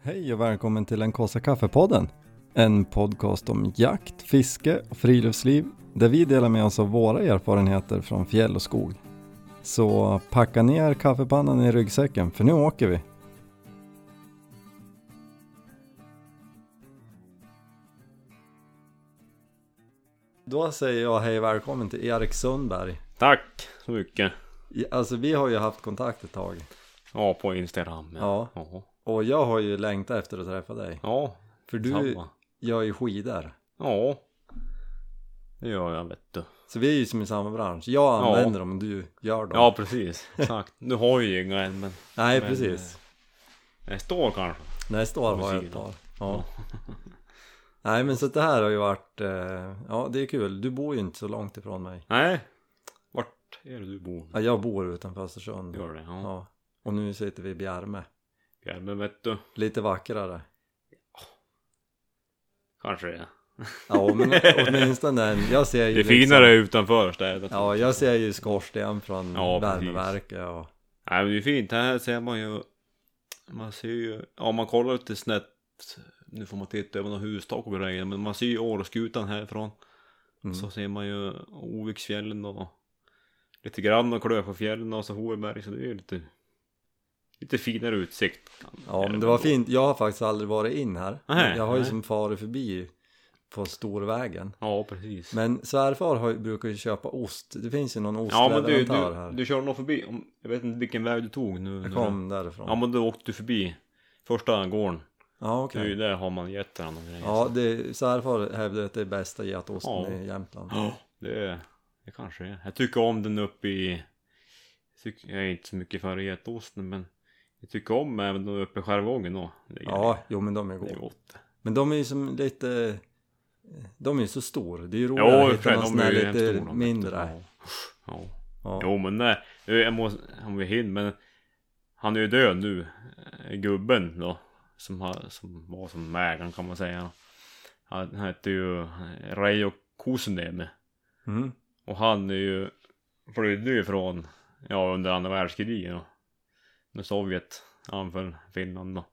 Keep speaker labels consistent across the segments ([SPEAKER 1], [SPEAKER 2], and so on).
[SPEAKER 1] Hej och välkommen till en Kossa Kaffepodden. En podcast om jakt, fiske och friluftsliv där vi delar med oss av våra erfarenheter från fjäll och skog. Så packa ner kaffepannan i ryggsäcken för nu åker vi. Då säger jag hej välkommen till Erik Sundberg.
[SPEAKER 2] Tack så mycket.
[SPEAKER 1] Alltså vi har ju haft kontakt ett tag.
[SPEAKER 2] Ja, på Instagram.
[SPEAKER 1] Ja. Och jag har ju längtat efter att träffa dig.
[SPEAKER 2] Ja.
[SPEAKER 1] För du gör ju skidor.
[SPEAKER 2] Ja. Det gör jag, vet du.
[SPEAKER 1] Så vi är ju som i samma bransch. Jag använder dem och du gör dem.
[SPEAKER 2] Ja, precis. Exakt. Du har ju inga än, men...
[SPEAKER 1] Nej, precis.
[SPEAKER 2] Det står kanske.
[SPEAKER 1] Nej, står har jag ett par. Ja. Nej, men så det här har ju varit... ja, det är kul. Du bor ju inte så långt ifrån mig.
[SPEAKER 2] Nej. Vart är det du bor?
[SPEAKER 1] Ja, jag bor utanför Östersund.
[SPEAKER 2] Gör det, ja.
[SPEAKER 1] Ja. Och nu sitter vi i Bjärme.
[SPEAKER 2] Bjärme, vet du.
[SPEAKER 1] Lite vackrare.
[SPEAKER 2] Kanske det.
[SPEAKER 1] Ja, men åtminstone jag ser ju
[SPEAKER 2] det är finare utanför städet.
[SPEAKER 1] Ja, jag ser ju skorsten från värmeverket och...
[SPEAKER 2] Nej, men det är fint. Här ser man ju... Man ser ju... Ja, man kollar lite snett. Nu får man titta över någon hustak och grejer. Men man ser ju Åreskutan härifrån. Så ser man ju Oviksfjällen och... Lite grann och Klöfafjällen och så Hoveberg. Så det är ju lite finare utsikt.
[SPEAKER 1] Ja, men det var fint. Jag har faktiskt aldrig varit in här.
[SPEAKER 2] Nej,
[SPEAKER 1] jag har ju som farit förbi på Storvägen.
[SPEAKER 2] Ja, precis.
[SPEAKER 1] Men svärfar brukar ju köpa ost. Det finns ju någon ostleverantör här.
[SPEAKER 2] Du kör nog förbi. Jag vet inte vilken väg du tog nu.
[SPEAKER 1] Jag kom därifrån.
[SPEAKER 2] Ja, men då åkte du förbi första gården.
[SPEAKER 1] Ja, okej.
[SPEAKER 2] Okay. Där har man getter och grejer.
[SPEAKER 1] Ja, svärfar hävdar att det är bästa getosten i Jämtland.
[SPEAKER 2] Ja, det kanske är. Jag tycker om den uppe i... Jag är inte så mycket för getosten, men... Jag tycker om även de uppe i Skärvågen då.
[SPEAKER 1] Ja, jo men de är goda. Men de är ju som lite... De är ju så stor. Det är ju roligt att hitta någon sån här lite stor, mindre.
[SPEAKER 2] Ja. Jo men nej. Han var hin, men... Han är ju död nu. Gubben då. Som var som ägaren kan man säga. Han hette ju Reijo Kuusiniemi. Och han är ju... Flydde ju från... Ja, under andra världskriget då. När Sovjet anföll Finland då.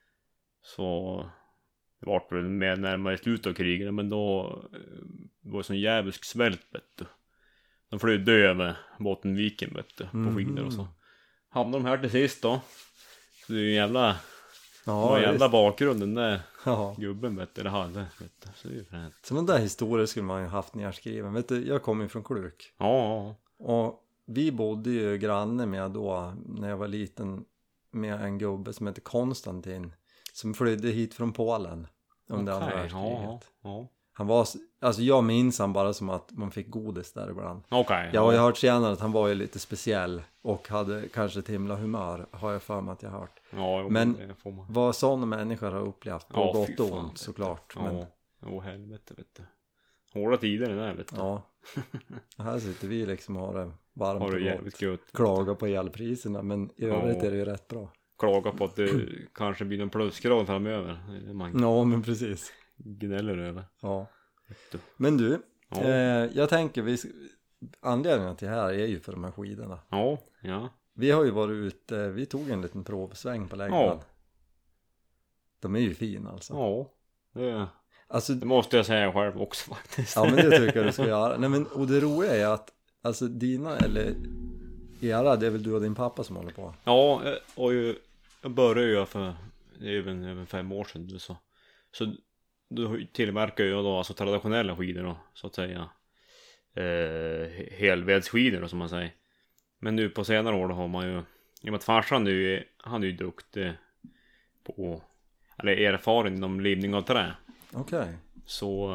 [SPEAKER 2] Så det var väl mer närmare slutet av kriget, men då var det sån jävligt svält, vet du. De flydde över Bottenviken, vet du, på skidor och så. Hamnade de här till sist då. Så det är ju jävla bakgrunden där gubben, vet du, eller hade, vet du. Så det är ju fränt.
[SPEAKER 1] Så den där historien skulle man ju haft nerskriven. Vet du, jag kommer ju från Kluk.
[SPEAKER 2] Ja.
[SPEAKER 1] Och vi bodde ju granne med då, när jag var liten, med en gubbe som heter Konstantin, som flydde hit från Polen under andra världskriget.
[SPEAKER 2] Ja.
[SPEAKER 1] Han var, alltså jag minns han bara som att man fick godis där ibland. Jag har ju hört senare att han var ju lite speciell och hade kanske ett himla humör, har jag för mig att jag har hört.
[SPEAKER 2] Ja,
[SPEAKER 1] men vad sådana människor har upplevt på gott och ont såklart.
[SPEAKER 2] Men... helvete, vet du. Hårda tider det där, vet du.
[SPEAKER 1] Ja. Här sitter vi liksom och har det varmt
[SPEAKER 2] och gott.
[SPEAKER 1] Klaga på elpriserna, men i övrigt är det ju rätt bra.
[SPEAKER 2] Klaga på att det kanske blir en plusgrad framöver.
[SPEAKER 1] Ja, men precis.
[SPEAKER 2] Gnäller över.
[SPEAKER 1] Ja. Men du, jag tänker anledningen till det här är ju för de här skidorna.
[SPEAKER 2] Ja.
[SPEAKER 1] Vi har ju varit ute, vi tog en liten provsväng på längden. Ja. De är ju fina alltså.
[SPEAKER 2] Ja, det måste jag säga själv också faktiskt.
[SPEAKER 1] Ja, men det tycker jag du ska göra. Nej, men, och det roliga är att alltså dina, eller era, det är väl du och din pappa som håller på?
[SPEAKER 2] Ja, och jag började ju för även 5 år sedan. Så då tillverkar jag då alltså traditionella skidor då, så att säga. Helvedsskidor då, som man säger. Men nu på senare år då har man ju, i och med att farsan han är ju duktig på, eller erfaren inom limning av trä.
[SPEAKER 1] Okej.
[SPEAKER 2] Så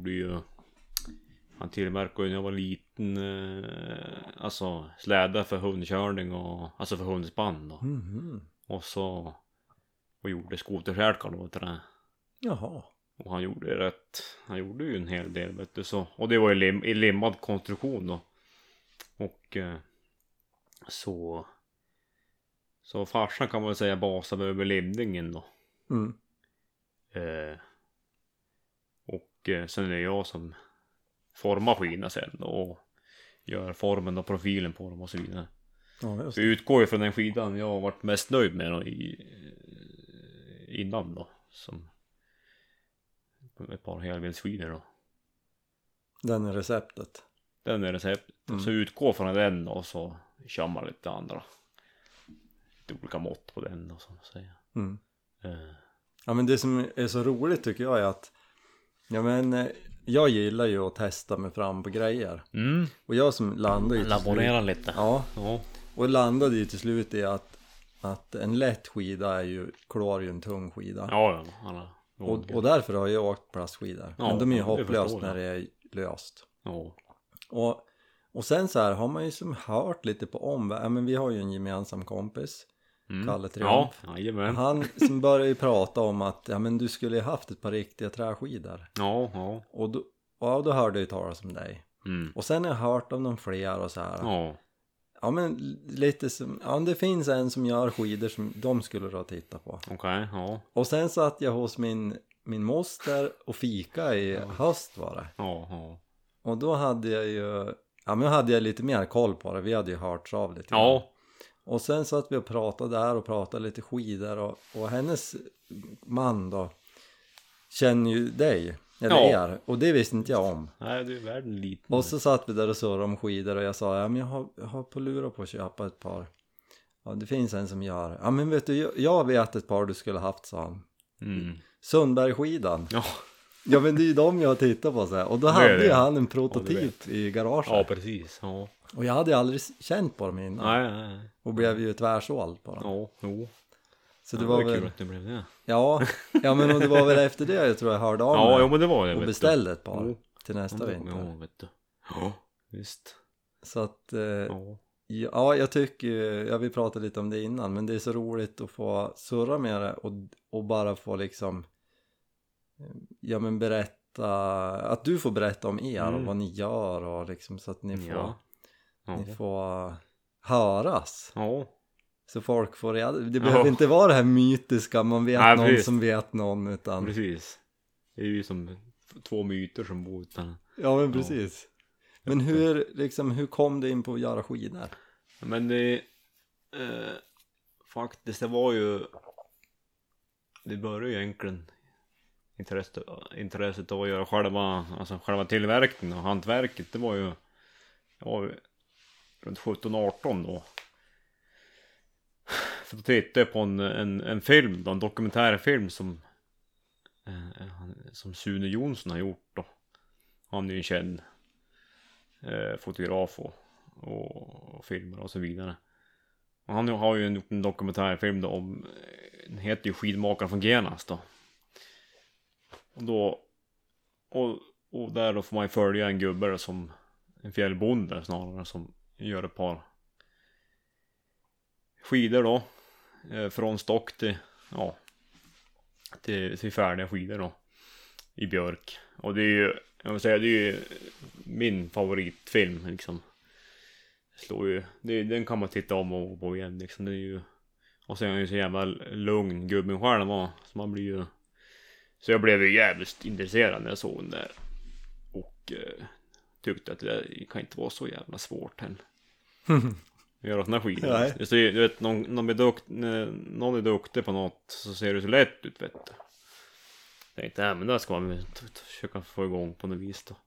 [SPEAKER 2] han tillverkade när jag var liten alltså slädar för hundkörning och alltså för hundspann då. Och så gjorde skoterskärkar då trä. Jaha. Och han gjorde ju en hel del, vet du, så. Och det var ju i limmad konstruktion då. Och så farsan kan man väl säga basade över limningen då. Och sen är det jag som formar skidorna sen då, och gör formen och profilen på dem och så vidare. Ja, vi utgår ju från den skidan jag har varit mest nöjd med då, innan då. Som ett par helbildsskidor då.
[SPEAKER 1] Den är receptet.
[SPEAKER 2] Den är receptet. Så utgå från den och så kör man lite andra. Lite olika mått på den och så att säga.
[SPEAKER 1] Ja, men det som är så roligt tycker jag är att jag gillar ju att testa mig fram på grejer. Och jag som landade ju
[SPEAKER 2] laborera lite.
[SPEAKER 1] Ja. Och landade ju till slut i att en lätt skida är ju klar ju en tung skida.
[SPEAKER 2] Ja.
[SPEAKER 1] Och därför har jag åkt plastskidor. Men de är ju hopplöst när det är löst.
[SPEAKER 2] Ja.
[SPEAKER 1] Och sen så här har man ju som hört lite på men vi har ju en gemensam kompis, Kalle Triumf.
[SPEAKER 2] Ja,
[SPEAKER 1] han som började ju prata om att men du skulle ju haft ett par riktiga träskidor.
[SPEAKER 2] Ja. Och
[SPEAKER 1] då hörde jag ju talas om dig. Och sen har jag hört om de fler och så här.
[SPEAKER 2] Ja.
[SPEAKER 1] Ja, men lite som, det finns en som gör skidor som de skulle då titta på.
[SPEAKER 2] Okej, ja.
[SPEAKER 1] Och sen satt jag hos min moster och fika i höst var det.
[SPEAKER 2] Ja.
[SPEAKER 1] Och då hade jag ju, hade jag lite mer koll på det. Vi hade ju hört av lite.
[SPEAKER 2] Ja.
[SPEAKER 1] Och sen satt vi och pratade där och pratade lite skidor och hennes man då känner ju dig. Eller er. Och det visste inte jag om.
[SPEAKER 2] Nej, det är världen liten.
[SPEAKER 1] Och så satt vi där och surrade om skidor och jag sa, men jag har på lura på att köpa ett par. Ja, det finns en som gör. Ja, men vet du, jag vet ett par du skulle haft, sa han. Sundbergskidan. Ja, men det är ju de jag tittar på så här. Och då hade ju han en prototyp i garaget.
[SPEAKER 2] Ja, precis. Ja.
[SPEAKER 1] Och jag hade ju aldrig känt på dem innan.
[SPEAKER 2] Nej.
[SPEAKER 1] Och blev ju tvärsåld på dem.
[SPEAKER 2] Ja, jo.
[SPEAKER 1] Så det var väl
[SPEAKER 2] kul att det blev det.
[SPEAKER 1] Ja, men och det var väl efter det jag tror jag hörde av mig.
[SPEAKER 2] Ja, men det var det.
[SPEAKER 1] Och beställde ett par till nästa vinter.
[SPEAKER 2] Ja, vet du. Ja, visst.
[SPEAKER 1] Så att jag tycker, jag vill prata lite om det innan, men det är så roligt att få surra med det och bara få liksom berätta, att du får berätta om er och vad ni gör och liksom så att ni får höras.
[SPEAKER 2] Ja.
[SPEAKER 1] Så folk får det behöver inte vara det här mytiska, man vet någon som vet någon, utan
[SPEAKER 2] precis. Det är ju som två myter som bor utan.
[SPEAKER 1] Ja, men precis. Men hur kom du in på att göra skidor?
[SPEAKER 2] Men det faktiskt, det var ju, det började ju egentligen intresset av att göra själva tillverkningen och hantverket. Det var ju runt 17-18 då. För då tittade jag på en film då, en dokumentärfilm som Sune Jonsson har gjort då. Han är ju en känd fotograf och filmer och så vidare. Och han har ju gjort en dokumentärfilm då om, den heter ju Skidmakaren från Genas då. Och där då får man ju följa en gubbe som en fjällbonde snarare, som gör ett par skidor då från stock till färdiga skidor då i björk. Och det är ju, jag vill säga, det är ju min favoritfilm liksom. Den kan man titta om och på igen liksom. Det är ju, och sen är han ju så jävla lugn gubben själv så man blir ju, så jag blev ju jävligt intresserad när jag såg den där och tyckte att det kan inte vara så jävla svårt än. Göra såna skidor. Nej. Så, du vet, någon är duktig på något så ser det så lätt ut, vet du. Jag tänkte, men där ska man försöka få igång på något vis då.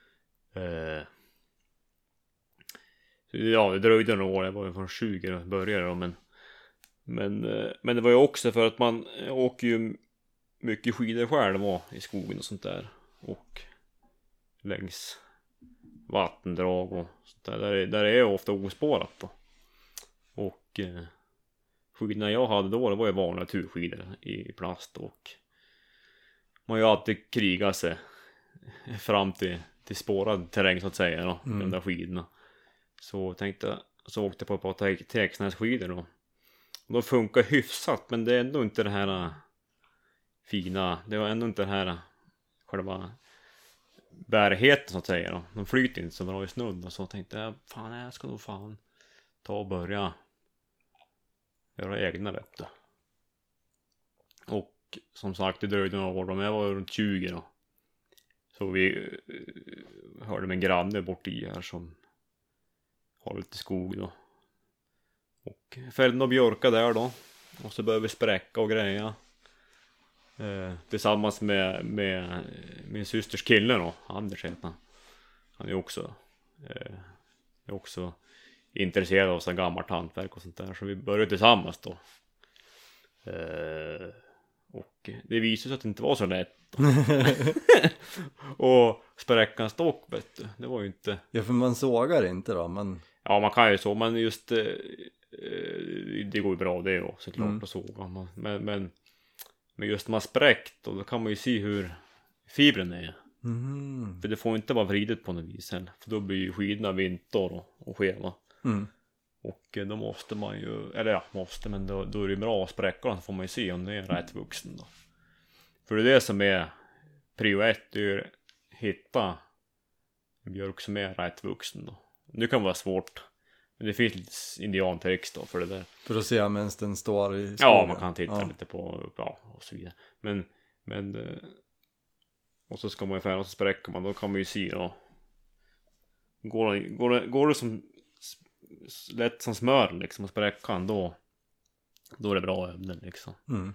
[SPEAKER 2] Så, det dröjde några år. Jag var ju från 20 och började då, men det var ju också för att man åker ju mycket skidor själv i skogen och sånt där. Och längs vattendrag och sånt där. Där är jag ofta ospårat då. Och skidorna jag hade då, det var ju vanliga turskidor i plast, och man har ju alltid krigat sig fram till spårad terräng så att säga då, de där skidorna. Så åkte jag på ett par Tegsnässkidor då. Och de funkar hyfsat, men det är ändå inte det här fina, det var ändå inte det här själva bärigheten så att säga då. De flyter inte så bra i snudd, och så tänkte jag, jag ska nog ta och börja göra egna, vet du. Och som sagt, det dröjde några år, men jag var runt 20 då. Så vi hörde med en granne bort i här som har lite skog då. Och fällde och björka där då. Och så började vi spräcka och greja. Tillsammans med min systers kille då, Anders heter han. Han är också intresserad av så gammalt hantverk och sånt där. Så vi började tillsammans då. Och det visade sig att det inte var så lätt. Och spräcka en stock, vet du. Det var ju inte...
[SPEAKER 1] Ja, för man sågar inte då, men...
[SPEAKER 2] Ja, man kan ju så, men just det går ju bra det också, såklart, att såga. Men just när man spräckt, då kan man ju se hur fibren är. För det får inte vara vridet på något vis heller. För då blir ju skidorna vintor och skeva. Och då måste man ju, eller ja, men då är det bra att spräcka den, så får man ju se om det är rätt vuxen då. För det är det som är prio 1, det är att hitta en björk som är rätt vuxen då. Det kan vara svårt, men det finns lite indiantext då för det där.
[SPEAKER 1] För att se medan den står i skogen.
[SPEAKER 2] Ja, man kan titta lite på, ja, och så vidare. Men och så ska man ju färra och så spräcker man, då kan man ju se då. Går det som lätt som smör liksom, och spräcka han, då är det bra ämnen liksom.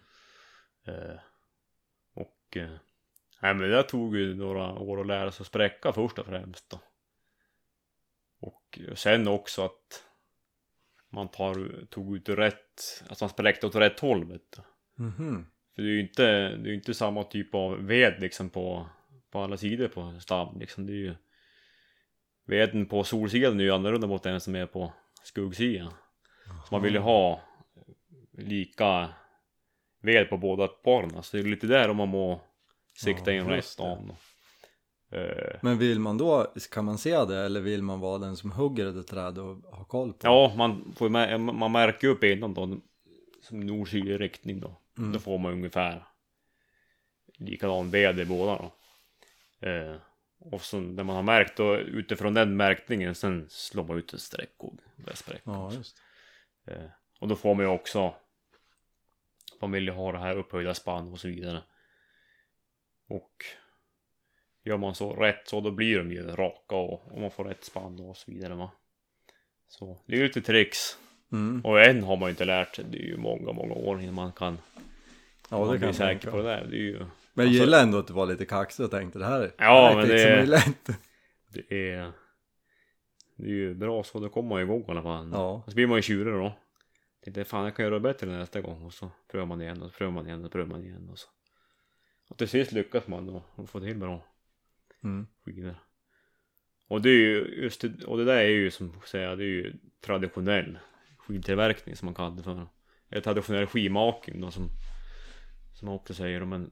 [SPEAKER 2] Nej, men det tog ju några år att lära sig att spräcka först och främst då. Och sen också att man tog ut rätt, att man spräckte åt rätt håll, vet du. För det är ju inte samma typ av ved liksom på alla sidor på stam liksom. Det är ju veden på solsidan är ju annorlunda mot den som är på skuggsidan. Så man vill ju ha lika ved på båda paren. Så det är lite där om man må sikta in rätt av.
[SPEAKER 1] Men vill man då, kan man se det, eller vill man vara den som hugger ett träd och ha koll på det?
[SPEAKER 2] Ja, man märker upp innan då, som nord-sydlig riktning då. Då får man ungefär likadan ved i båda då. Och så när man har märkt då, utifrån den märkningen, sen slår man ut en streck och börjar spräcka.
[SPEAKER 1] Ja, just.
[SPEAKER 2] Och då får man ju också, man vill ju ha det här upphöjda spann och så vidare. Och gör man så rätt, så då blir de ju raka och man får rätt spann och så vidare, va. Så det är ju lite tricks. Och än har man ju inte lärt sig. Det är ju många år innan man kan. Ja, det kan bli säker på det där. Det är ju,
[SPEAKER 1] men jag gillar ändå att du var lite kaxig och tänkte det här.
[SPEAKER 2] Ja, men det är lätt. Det är ju bra, så då kommer man igång i alla fall. Ja. Och så blir man ju tjurig då. Tänkte fan, jag kan göra bättre nästa gång. Och så prövar man igen och så prövar man igen och prövar man igen och så. Och till sist lyckas man då och får till bra skidor. Och det är ju just det, och det där är ju som säga, det är ju traditionell skidtillverkning som man kallar det för. Eller traditionell skidmaking då, som man också säger. Men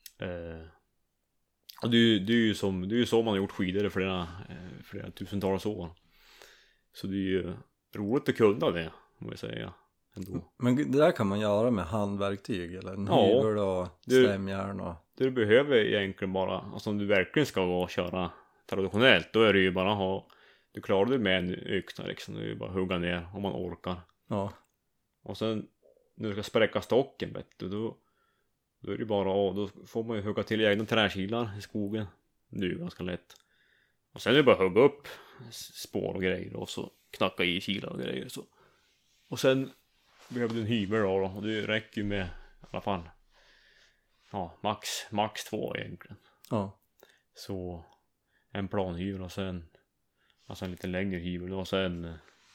[SPEAKER 2] och det är ju så man har gjort skidor i flera tusentals år. Så det är ju roligt att kunna det, må jag säga ändå.
[SPEAKER 1] Men det där kan man göra med handverktyg eller en hyvel och stämjärn och...
[SPEAKER 2] Du behöver egentligen bara, alltså om du verkligen ska gå och köra traditionellt, då är det ju bara du klarar det med en yxa liksom, det är ju bara hugga ner om man orkar.
[SPEAKER 1] Ja.
[SPEAKER 2] Och sen när du ska spräcka stocken, vet du, då är det bara, då får man ju hugga till egna träkilar i skogen. Det är ju ganska lätt. Och sen är det bara hugga upp spår och grejer och så knacka i kilar och grejer så. Och sen behöver du en hyvel då, och det räcker ju med i alla fall max 2 egentligen.
[SPEAKER 1] Ja.
[SPEAKER 2] Så en planhyvel och sen alltså en lite längre hyvel och sen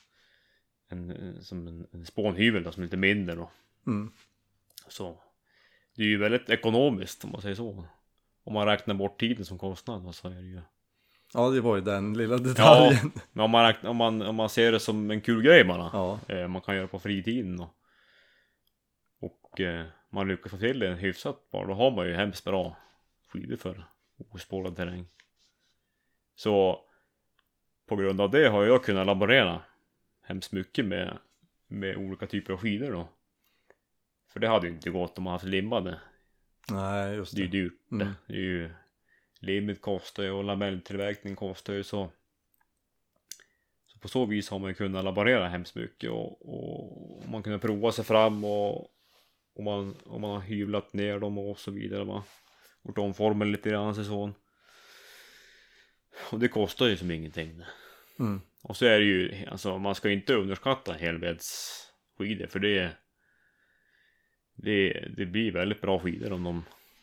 [SPEAKER 2] en spånhyvel då, som är lite mindre då. Så det är ju väldigt ekonomiskt om man säger så. Om man räknar bort tiden som kostnad, så är det ju.
[SPEAKER 1] Ja, det var ju den lilla detaljen.
[SPEAKER 2] Ja, men om man ser det som en kul grej bara. Ja. Man kan göra på fritiden då. Och man lyckas få till det hyfsat bara. Då har man ju hemskt bra skidor för ospårad terräng. Så på grund av det har jag kunnat laborera hemskt mycket med olika typer av skidor då. För det hade ju inte gått om man haft limmade.
[SPEAKER 1] Nej, just det.
[SPEAKER 2] Det är ju dyrt. Det är ju, limmet kostar ju och lamelltillverkning kostar ju så på så vis har man kunnat laborera hemskt mycket och man kunde prova sig fram och man har hyvlat ner dem och så vidare, va. Gjort om formen lite grann så. Och det kostar ju som ingenting. Och så är det ju, alltså man ska inte underskatta helvedsskidor, för det blir väldigt bra skidor om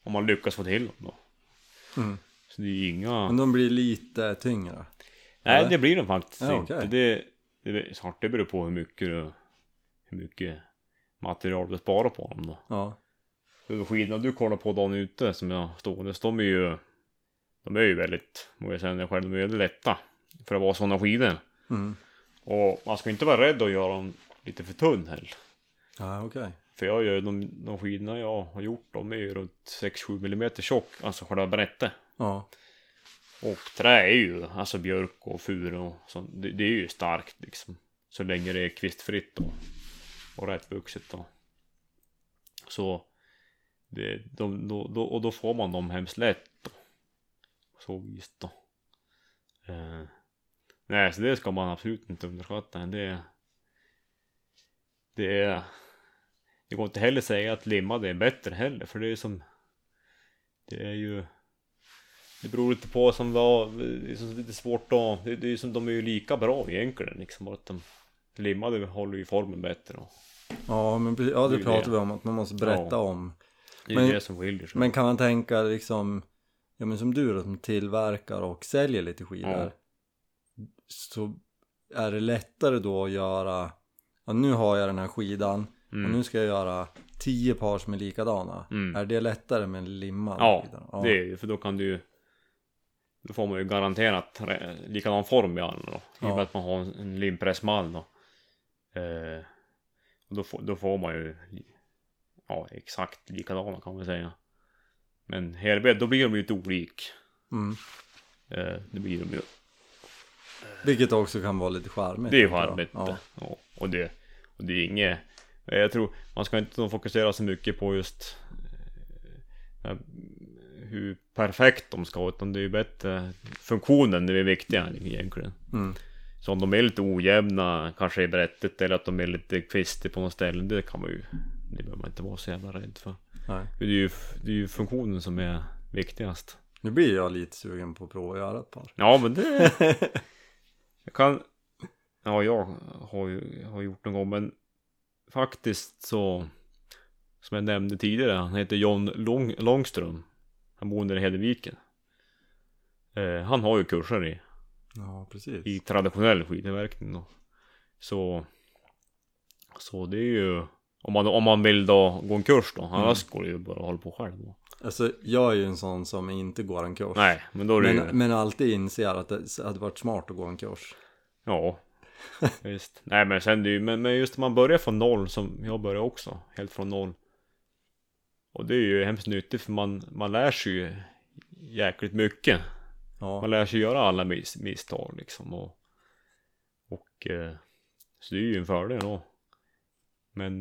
[SPEAKER 2] om man lyckas få till dem då. Så det är inga...
[SPEAKER 1] Men de blir lite tyngre?
[SPEAKER 2] Nej, det blir de faktiskt inte.
[SPEAKER 1] Okay.
[SPEAKER 2] Det beror på hur mycket material du sparar på dem då.
[SPEAKER 1] Ja.
[SPEAKER 2] Skidorna du kollar på dagen ute som jag stod, de är ju väldigt, må jag säga själv, de är väldigt lätta för att vara sådana skidor. Och man ska inte vara rädd att göra dem lite för tunn heller.
[SPEAKER 1] Ja, okej.
[SPEAKER 2] För jag gör de skidorna jag har gjort, de är ju runt 6-7 millimeter tjock, alltså själva brättet.
[SPEAKER 1] Ja.
[SPEAKER 2] Och trä är ju, alltså björk och furu och sånt, det är ju starkt liksom. Så länge det är kvistfritt och rättvuxet då. Så då får man dem hemskt lätt då. Så visst då. Nej, så det ska man absolut inte underskatta. Det går inte heller säga att limmade är bättre heller, för det är som det beror lite på som det är lite svårt då. Det är som de är ju lika bra egentligen liksom, bara att de limmade håller ju formen bättre då.
[SPEAKER 1] Ja, men det pratar vi om att man måste berätta om.
[SPEAKER 2] Det är det som skiljer sig.
[SPEAKER 1] Men kan man tänka liksom, ja men som du då, som tillverkar och säljer lite skidor, så är det lättare då att göra, ja, nu har jag den här skidan och nu ska jag göra 10 par som är likadana. Är det lättare med en limmad skida?
[SPEAKER 2] Ja, det är ju, för då kan du, då får man ju garanterat likadan form i alla då. I och med att man har en limpressmall då. Och då får man ju exakt likadana kan man säga. Men helbred, då blir de ju lite olik. Det blir de ju.
[SPEAKER 1] Vilket också kan vara lite charmigt.
[SPEAKER 2] Det är ju charmigt. Ja. Och det är inget, jag tror man ska inte fokusera så mycket på just hur perfekt de ska vara, utan det är ju bättre funktionen, det är viktiga egentligen. Så om de är lite ojämna kanske i brättet, eller att de är lite kvistiga på något ställe, det behöver man inte vara så jävla rädd för. Nej. Det är ju funktionen som är viktigast.
[SPEAKER 1] Nu blir jag lite sugen på att prova att göra ett par.
[SPEAKER 2] Ja, men det jag har gjort någon gång, men faktiskt så, som jag nämnde tidigare, han heter John Långström. Han bor nere i Hedeviken. Han har ju kurser i traditionell skidtillverkning då. Så det är ju, om man vill då gå en kurs då, annars går det ju bara att hålla på själv då.
[SPEAKER 1] Alltså jag är ju en sån som inte går en kurs.
[SPEAKER 2] Nej, men då är det
[SPEAKER 1] men alltid inser att det hade varit smart att gå en kurs.
[SPEAKER 2] Ja, visst. Nej, men sen det är ju, men just man börjar från noll, som jag börjar också, helt från noll. Och det är ju hemskt nyttigt, för man lär sig ju jäkligt mycket. Ja. Man lär sig göra alla misstag liksom, och så det är ju en fördel då. Men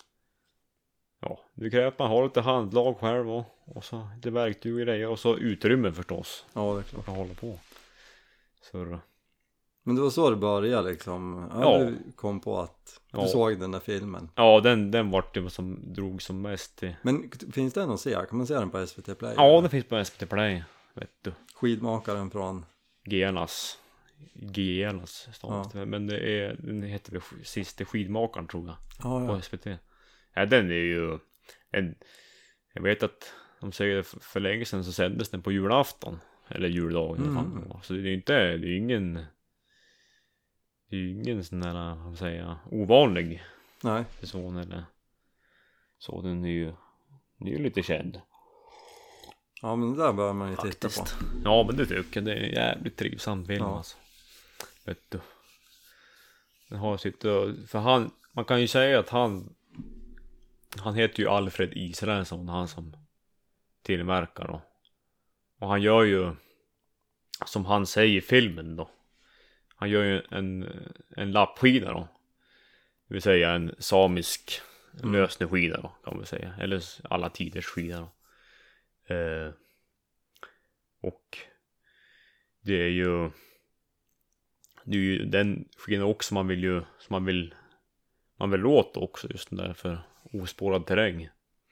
[SPEAKER 2] det kräver att man har lite handlag själv och så lite verktyg och grejer, och så utrymme förstås. Ja, det är klart. Att hålla på. Så.
[SPEAKER 1] Men det var så det började liksom. Du kom på att du såg den där filmen.
[SPEAKER 2] Ja, den var det som drog som mest i.
[SPEAKER 1] Men finns den att se? Kan man se den på SVT Play?
[SPEAKER 2] Ja, den finns på SVT Play, vet du.
[SPEAKER 1] Skidmakaren från
[SPEAKER 2] Genas stad. Ja. Men den heter väl Sista skidmakaren, tror jag. På SVT. Ja, den är ju jag vet att de säger för länge sedan så sändes den på julafton eller juldagen. Så det är ingen sån där, vad säger jag, ovanlig person eller så. Den är ju lite känd.
[SPEAKER 1] Ja, men det där bör man ju titta på.
[SPEAKER 2] Ja, men det tycker jag. Det är en jävligt trivsam film alltså. Vet du. Den har sitt, för man kan ju säga att han heter ju Alfred Israelsson, han som tillverkar då. Och han gör ju, som han säger i filmen då, han gör ju en lappskida då. Det vill säga en samisk lösneskida då, kan man säga. Eller alla tiders skida då. Och det är ju den skidan också man vill åt också, just den där för ospårad terräng.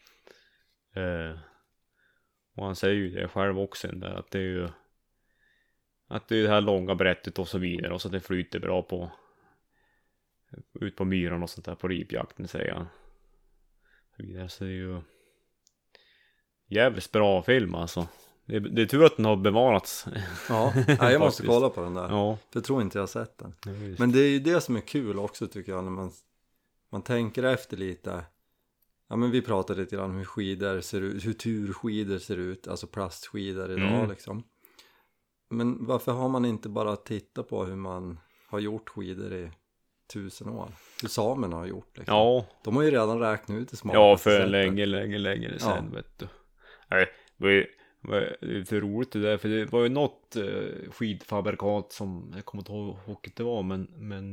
[SPEAKER 2] Och han säger ju det själv också, där, att det är ju det här långa brättet och så vidare, och så att det flyter bra ut på myran och sånt där på ripjakten, säger han. Så det är ju jävligt bra film alltså. Det är tur att den har bevarats.
[SPEAKER 1] Ja, jag måste kolla på den där.
[SPEAKER 2] Ja.
[SPEAKER 1] För jag tror inte jag har sett den.
[SPEAKER 2] Ja,
[SPEAKER 1] men det är ju det som är kul också tycker jag. När man tänker efter lite. Ja men vi pratade lite grann hur skidor ser ut. Hur turskidor ser ut. Alltså plastskidor idag liksom. Men varför har man inte bara tittat på hur man har gjort skidor i 1000 år? Hur samerna har gjort liksom.
[SPEAKER 2] Ja.
[SPEAKER 1] De har ju redan räknat ut det smart.
[SPEAKER 2] Ja, för länge sedan vet du. Nej, det var lite roligt det där. För det var ju något skidfabrikat som, jag kommer inte ihåg vilket det var. Men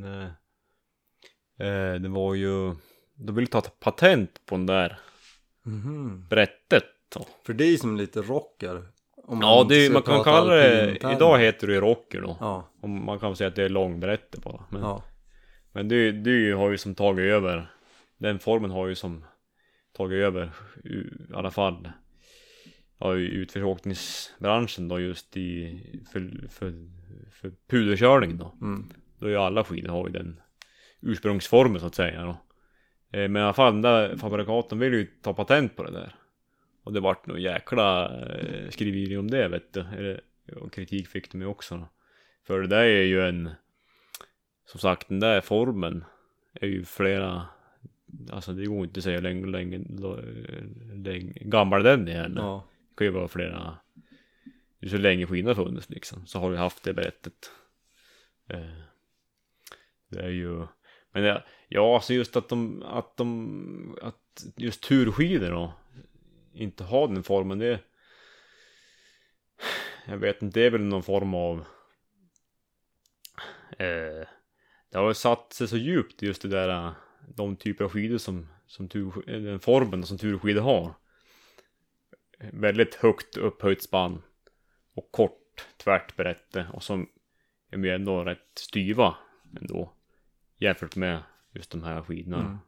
[SPEAKER 2] det var ju, de ville ta patent på den där brättet då.
[SPEAKER 1] För det är ju som lite rocker.
[SPEAKER 2] Ja, man kan kalla det, idag heter det ju rocker då. Ja. Och man kan säga att det är långbrätte bara. Men det har ju som tagit över. Den formen har ju som tagit över i alla fall i utförsåkningsbranschen då, just för puderkörning då. Då är ju alla skidor har ju den ursprungsformen så att säga då. Men i alla fall den där fabrikaten vill ju ta patent på det där. Och det vart nog jäkla skriveri om det vet du. Och kritik fick de ju också då. För det där är ju som sagt, den där formen är ju flera, alltså det går inte att säga länge gammal den är heller. Ja. Det kan ju vara flera, det är så länge skidor funnits liksom, så har vi haft det berättet. Det är ju, men alltså just att just turskidor då inte har den formen, det jag vet inte, det är väl någon form av det har satt sig så djupt just det där, de typer av skidor som den formen som turskidor har. Väldigt högt upphöjt spann och kort tvärt brätte, och som är ju ändå rätt styva ändå jämfört med just de här skidorna.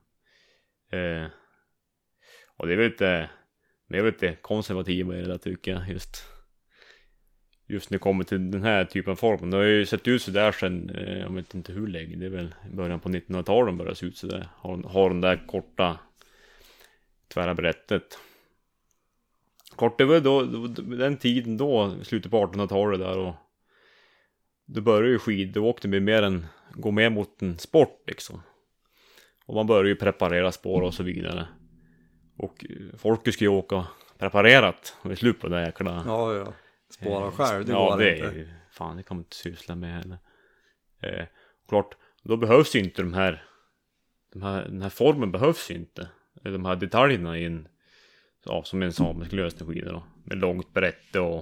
[SPEAKER 2] Och det är väl lite konservativa i det där tycker jag, just när det kommer till den här typen av formen. Det har ju sett ut så där sen, jag vet inte hur länge, det är väl början på 1900-talet börjar se ut så där. Har den där korta tvära brättet. Kort, det var då den tiden då, slutet på 1800-talet där, och då började ju skidåkning bli gå mer mot en sport liksom. Och man började ju preparera spår och så vidare. Och folk skulle ju åka preparerat och slut på det jäkla.
[SPEAKER 1] Ja. Spåra själv, det går
[SPEAKER 2] ja, det
[SPEAKER 1] inte.
[SPEAKER 2] Är ju, fan, det kan man inte syssla med heller. Klart, då behövs ju inte den här formen behövs ju inte. De här detaljerna i som en samisk lösningsskida då. Med långt brätte och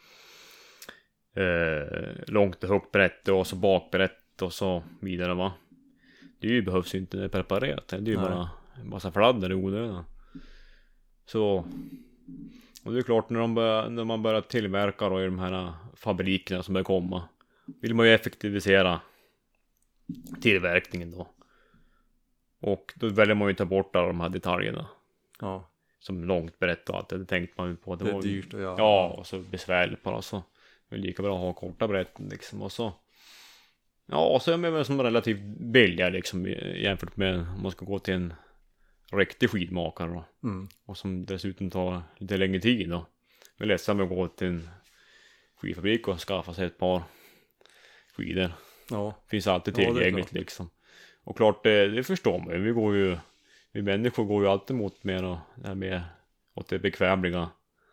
[SPEAKER 2] långt och högt brätte och så bakbrätte och så vidare va. Det behövs ju inte preparerat. Det är ju bara en massa fladder i onödan. Så, och det är klart när man börjar tillverka då i de här fabrikerna som börjar komma, vill man ju effektivisera tillverkningen då. Och då väljer man ju ta bort alla de här detaljerna. Ja. Som långt brett och allt det tänkte man ju på.
[SPEAKER 1] Det är dyrt att göra.
[SPEAKER 2] Ja, och så besvärligt bara så. Det är lika bra att ha korta brätten liksom, och så. Ja, och så är man väl som relativt billiga liksom jämfört med om man ska gå till en riktig skidmakare då. Och som dessutom tar lite längre tid då. Det är lättsamt att gå till en skidfabrik och skaffa sig ett par skidor. Ja. Finns alltid tillgängligt liksom. Och klart det förstår man. Vi människor går ju alltid mot mer åt det bekvämliga.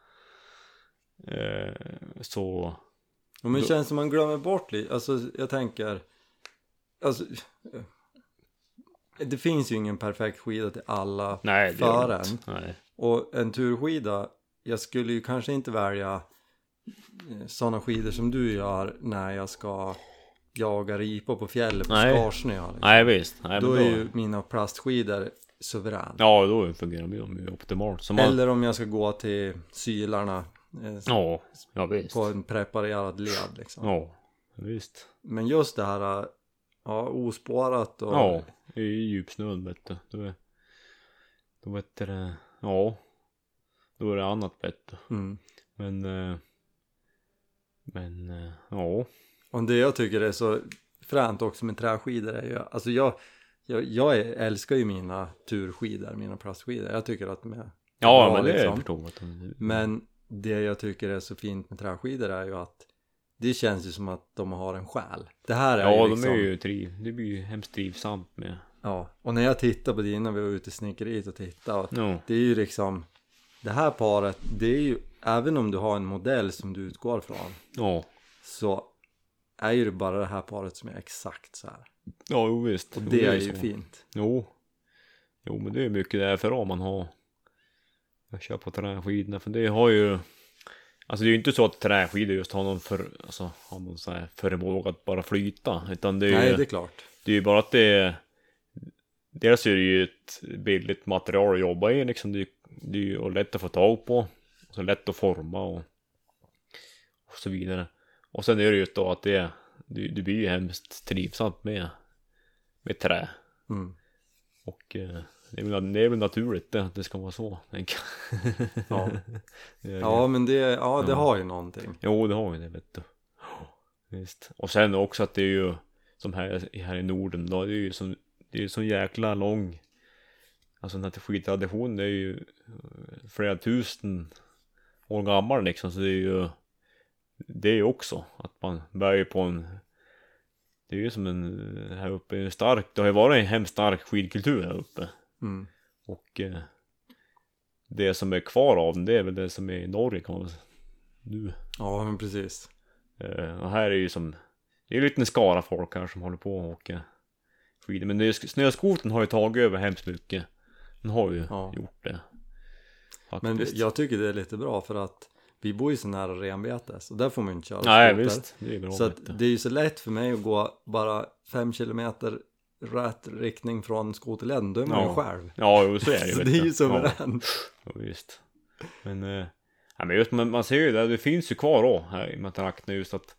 [SPEAKER 2] Så.
[SPEAKER 1] Ja, men det känns som man glömmer bort lite. Alltså jag tänker. Alltså. Det finns ju ingen perfekt skida till alla föraren. Och en turskida, jag skulle ju kanske inte välja sådana skidor som du gör när jag ska jaga ripa på fjället på skarsnö. Liksom.
[SPEAKER 2] Nej visst. Nej,
[SPEAKER 1] då är ju mina plastskidor suverän.
[SPEAKER 2] Ja, då fungerar de ju optimalt.
[SPEAKER 1] Eller om jag ska gå till Sylarna
[SPEAKER 2] visst.
[SPEAKER 1] På en preparerad led liksom.
[SPEAKER 2] Ja, visst.
[SPEAKER 1] Men just det här ospårat och...
[SPEAKER 2] Ja, i djupsnön vet du. Då vet det... Ja. Då är det annat bättre. Men ja. Och
[SPEAKER 1] det jag tycker är så fränt också med träskidor är ju... Alltså jag älskar ju mina turskidor, mina plastskidor. Jag tycker att de är
[SPEAKER 2] Ja,
[SPEAKER 1] bra,
[SPEAKER 2] men det
[SPEAKER 1] liksom.
[SPEAKER 2] är förståeligt.
[SPEAKER 1] Men det jag tycker är så fint med träskidor är ju att det känns ju som att de har en själ. Det här är ju liksom...
[SPEAKER 2] de är ju det blir ju hemskt trivsamt med.
[SPEAKER 1] Ja, och när jag tittar på dina, vi var ute i snickeriet och tittade, och
[SPEAKER 2] Ja.
[SPEAKER 1] det är ju liksom, det här paret, det är ju, även om du har en modell som du utgår från,
[SPEAKER 2] Ja.
[SPEAKER 1] så är ju det bara det här paret som är exakt så här.
[SPEAKER 2] Ja, jo, visst.
[SPEAKER 1] Och det är ju
[SPEAKER 2] så.
[SPEAKER 1] fint.
[SPEAKER 2] Jo, men det är mycket därför om man har. Jag kör på träskidorna, för det har ju. Alltså det är ju inte så att träskidor just har någon har någon så här förmåga att bara flyta, utan det är
[SPEAKER 1] Nej,
[SPEAKER 2] ju,
[SPEAKER 1] det är klart.
[SPEAKER 2] det är ju bara att det. Dels är det ju ett billigt material att jobba i liksom, det är ju lätt att få tag på, och så lätt att forma och så vidare. Och sen är det ju då att det blir ju hemskt trivsamt med trä.
[SPEAKER 1] Mm.
[SPEAKER 2] Och det är väl naturligt det, att det ska vara så, tänker jag.
[SPEAKER 1] Ja, men det har ju någonting.
[SPEAKER 2] Jo, det har ju det, vet du. Visst. Och sen också att det är ju som här i Norden då, det är ju så jäkla lång. Alltså den här skidtraditionen är ju flera tusen år gammal liksom, så det är ju också att man börjar på en. Det är ju som här uppe är stark. Det har ju varit en hemskt stark skidkultur här uppe.
[SPEAKER 1] Mm.
[SPEAKER 2] Och det som är kvar av den, det är väl det som är i Norge, kan man säga nu.
[SPEAKER 1] Ja, men precis.
[SPEAKER 2] Och här är ju som, det är ju lite en skara folk här som håller på och åker skidor. Men snöskoten har ju tagit över hemskt mycket. Den har ju gjort det faktiskt.
[SPEAKER 1] Men jag tycker det är lite bra, för att vi bor ju så nära renbetes, och där får man ju inte köra
[SPEAKER 2] Nej,
[SPEAKER 1] skoter.
[SPEAKER 2] visst, det är bra.
[SPEAKER 1] Så att det är ju så lätt för mig att gå bara 5 kilometer rätt riktning från skoterleden. Då är man ju själv.
[SPEAKER 2] Ja, jo, så är det ju.
[SPEAKER 1] Så det är ju suveränt.
[SPEAKER 2] Ja, visst. Men just man ser ju det finns ju kvar då här i Matrakten, just att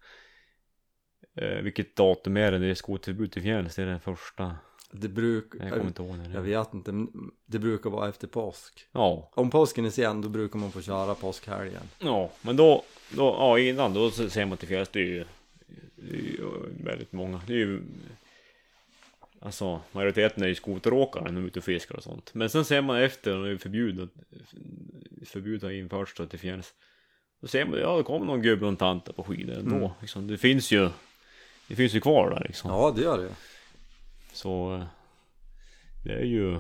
[SPEAKER 2] vilket datum är det är skoterförbud till fjälls, det är den första.
[SPEAKER 1] Det brukar,
[SPEAKER 2] jag kommer inte ihåg det.
[SPEAKER 1] Jag vet inte, men det brukar vara efter påsk.
[SPEAKER 2] Ja.
[SPEAKER 1] Om påsken är sen, då brukar man få köra påskhelgen.
[SPEAKER 2] Ja, men då innan då ser man till fjälls, det är ju väldigt många. Det är ju, alltså majoriteten är ju skoteråkare när de är ute och fiskar och sånt. Men sen ser man efter, när det är förbud har införts till fjälls, då ser man, det kommer någon gubbe och en tant på skidor ändå. Liksom, det finns ju kvar där liksom.
[SPEAKER 1] Ja, det gör det.
[SPEAKER 2] Så det är ju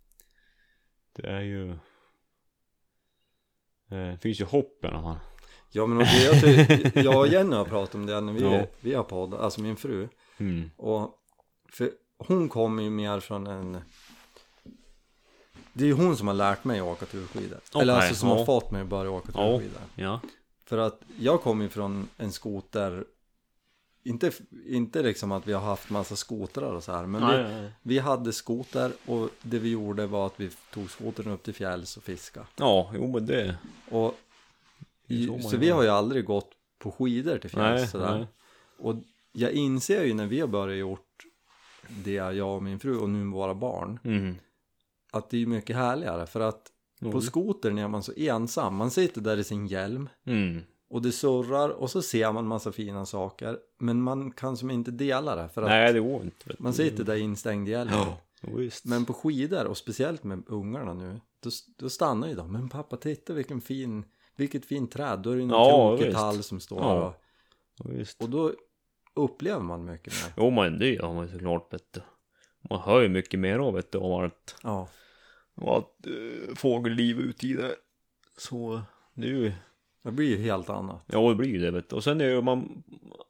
[SPEAKER 2] det finns ju hopp i alla fall.
[SPEAKER 1] Ja, men jag och Jenny har pratat om det när vi har poddat, alltså min fru. Och för hon kommer ju mer från det är ju hon som har lärt mig att åka turskidor. Eller alltså som har fått mig att börja åka turskidor.
[SPEAKER 2] Ja.
[SPEAKER 1] För att jag kommer ju från en skoter, inte liksom att vi har haft massa skotrar och så här, men vi hade skoter, och det vi gjorde var att vi tog skotern upp till fjälls och fiska.
[SPEAKER 2] Ja, jo, men det.
[SPEAKER 1] Och så vi har ju aldrig gått på skidor till fjälls sådär. Nej. Och jag inser ju när vi har börjat gjort det, jag och min fru och nu våra barn, att det är mycket härligare, för att på skotern är man så ensam. Man sitter där i sin hjälm och det surrar, och så ser man massa fina saker, men man kan som inte dela det, för att
[SPEAKER 2] nej, det går inte.
[SPEAKER 1] Man sitter där instängd i hjälmen.
[SPEAKER 2] Ja, visst.
[SPEAKER 1] Men på skidor, och speciellt med ungarna nu, då stannar ju de. Men pappa, titta vilket fint träd. Då är det någon krokig tall som står och då upplever man mycket mer.
[SPEAKER 2] Jo, men det gör man såklart, vet du. Man hör ju mycket mer av, vet du, om att fågelliv ute i det. Så det är ju,
[SPEAKER 1] det blir ju helt annat.
[SPEAKER 2] Ja, det blir ju det, vet du. Och sen är ju man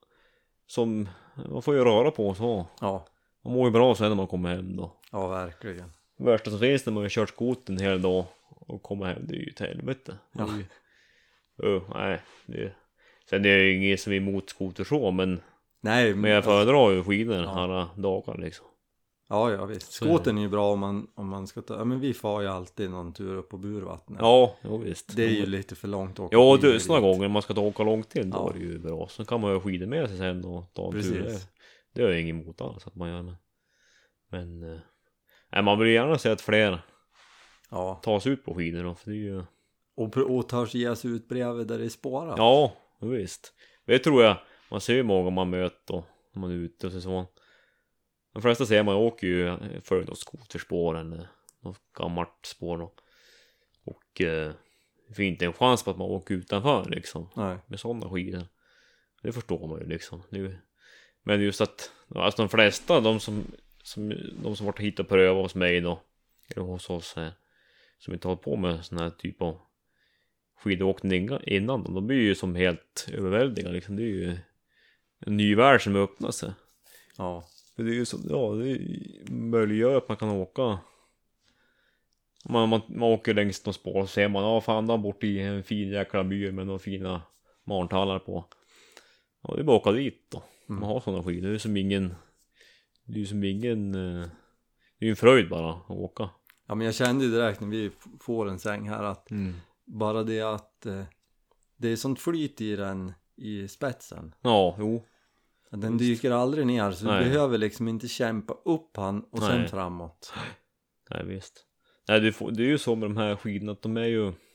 [SPEAKER 2] får ju röra på så. Ja. Man mår ju bra sen när man kommer hem då.
[SPEAKER 1] Ja, verkligen.
[SPEAKER 2] Det värsta som finns när man har kört skoten hela dag och kommer hem, det är ju ett helvete. Ja. Nej, sen det är ju inget som är emot skoter så, men jag föredrar ju skidor här dagar liksom.
[SPEAKER 1] Ja, visst. Skoten är ju bra om man ska ta. Ja, men vi får ju alltid någon tur upp på Burvattnet.
[SPEAKER 2] Ja, visst.
[SPEAKER 1] Det är ju lite för långt att åka.
[SPEAKER 2] Ja, såna gånger man ska åka långt till, då är det ju bra. Så kan man ju skidor med sig sen och ta en tur. Det är ju inget emot alls att man gör. Men man vill gärna se att fler tas ut på skidor då, för det är ju.
[SPEAKER 1] Och tar sig ges ut bredvid där det är spårat.
[SPEAKER 2] Ja, visst. Det tror jag. Man ser ju många man möter då, när man är ute och så. De flesta ser man åker ju för något skoterspår eller något gammalt spår då. Och det finns inte en chans på att man åker utanför liksom.
[SPEAKER 1] Nej.
[SPEAKER 2] Med sådana skidor. Det förstår man ju liksom. Men just att alltså de flesta, de som varit hit och prövat hos mig då, eller hos oss här, som inte hållit på med sån här typ av skidåkning innan, de blir ju som helt överväldigande liksom. Det är ju en ny värld som öppnar sig.
[SPEAKER 1] Ja.
[SPEAKER 2] För det är ju så, det möjliggör att man kan åka. Man åker längs någon spår och ser man, fan, de bort i en fin jäkla by med några fina marntallar på. Ja, det är bara att åka dit då. Man har sådana skidor. Det är som ingen det är ju en fröjd bara att åka.
[SPEAKER 1] Ja, men jag kände ju direkt när vi får en säng här att bara det att det är sånt flyt i den i spetsen.
[SPEAKER 2] Ja, jo.
[SPEAKER 1] Att den dyker aldrig ner, så du behöver liksom inte kämpa upp han och sen framåt.
[SPEAKER 2] Nej, visst. Nej, det är ju så med de här skidorna att de är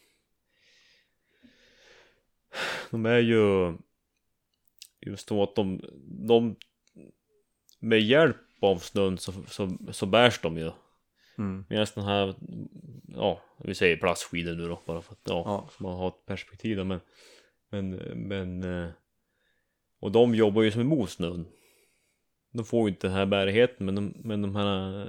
[SPEAKER 2] ju just då att de med hjälp av snön så bärs de ju. Medan den här, ja, vi säger plastskidor nu då, bara för att man har ett perspektiv då, men och de jobbar ju som emot snön. De får ju inte den här bärigheten, men de här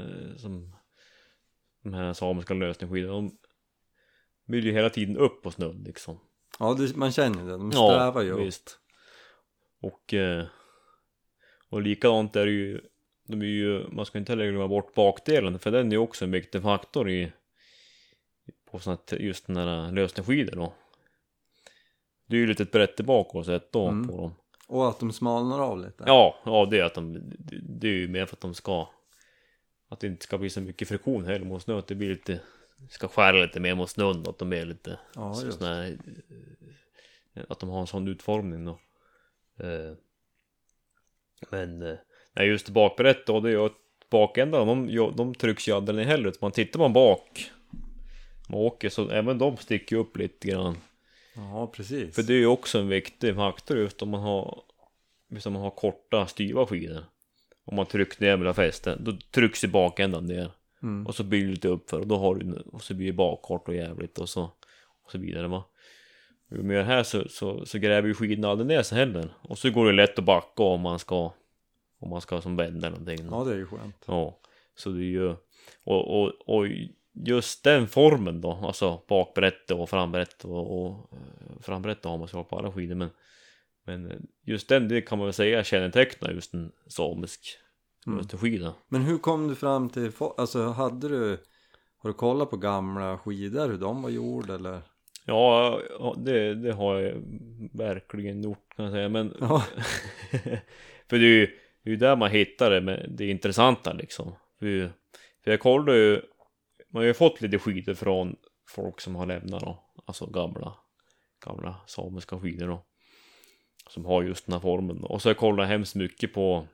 [SPEAKER 2] de här samiska lösningsskidorna, de vill ju hela tiden upp på snön liksom.
[SPEAKER 1] Ja, man känner det, de strävar ju.
[SPEAKER 2] Visst. Och likadant är det ju, man ska inte heller glömma bort bakdelen, för den är ju också en viktig faktor på sånt här, just den här lösningsskidor då. Det är ju lite ett brätte bak och sätt då på dem. Och
[SPEAKER 1] att de smalnar av lite.
[SPEAKER 2] Ja, det är att det är ju mer för att att det inte ska bli så mycket friktion heller mot snö, att det blir lite, ska skära lite mer mot snön, att de är lite sådär, att de har en sån utformning då. Men just bakbrett då, det är ju att bakändan, de trycks ju aldrig ner heller. Man tittar man bak, man åker, så även de sticker upp lite grann.
[SPEAKER 1] Ja, precis.
[SPEAKER 2] För det är ju också en viktig faktor just om man har korta styva skidor. Om man trycker ner med fästen, då trycks ju bakändan ner. Och så blir det lite uppför, och då har du, och så blir det bakkort och jävligt och så vidare, va. Med här så gräver ju skidorna aldrig ner sig heller. Och så går det lätt att backa om man ska som vända någonting.
[SPEAKER 1] Ja, det är ju skönt.
[SPEAKER 2] Ja, så det är ju och just den formen då, alltså bakbrett och frambrätt och frambrätt har man så på alla skidor, men just den, det kan man väl säga kännetecknar just en samisk skida.
[SPEAKER 1] Men hur kom du fram till, alltså har du kollat på gamla skidor, hur de var gjorda eller?
[SPEAKER 2] Ja, det har jag verkligen gjort, kan jag säga, men för det är ju där man hittar det intressanta liksom. För jag kollade ju, man har ju fått lite skidor från folk som har lämnat då, alltså gamla samiska skidor då, som har just den här formen då. Och så har jag kollat hemskt mycket på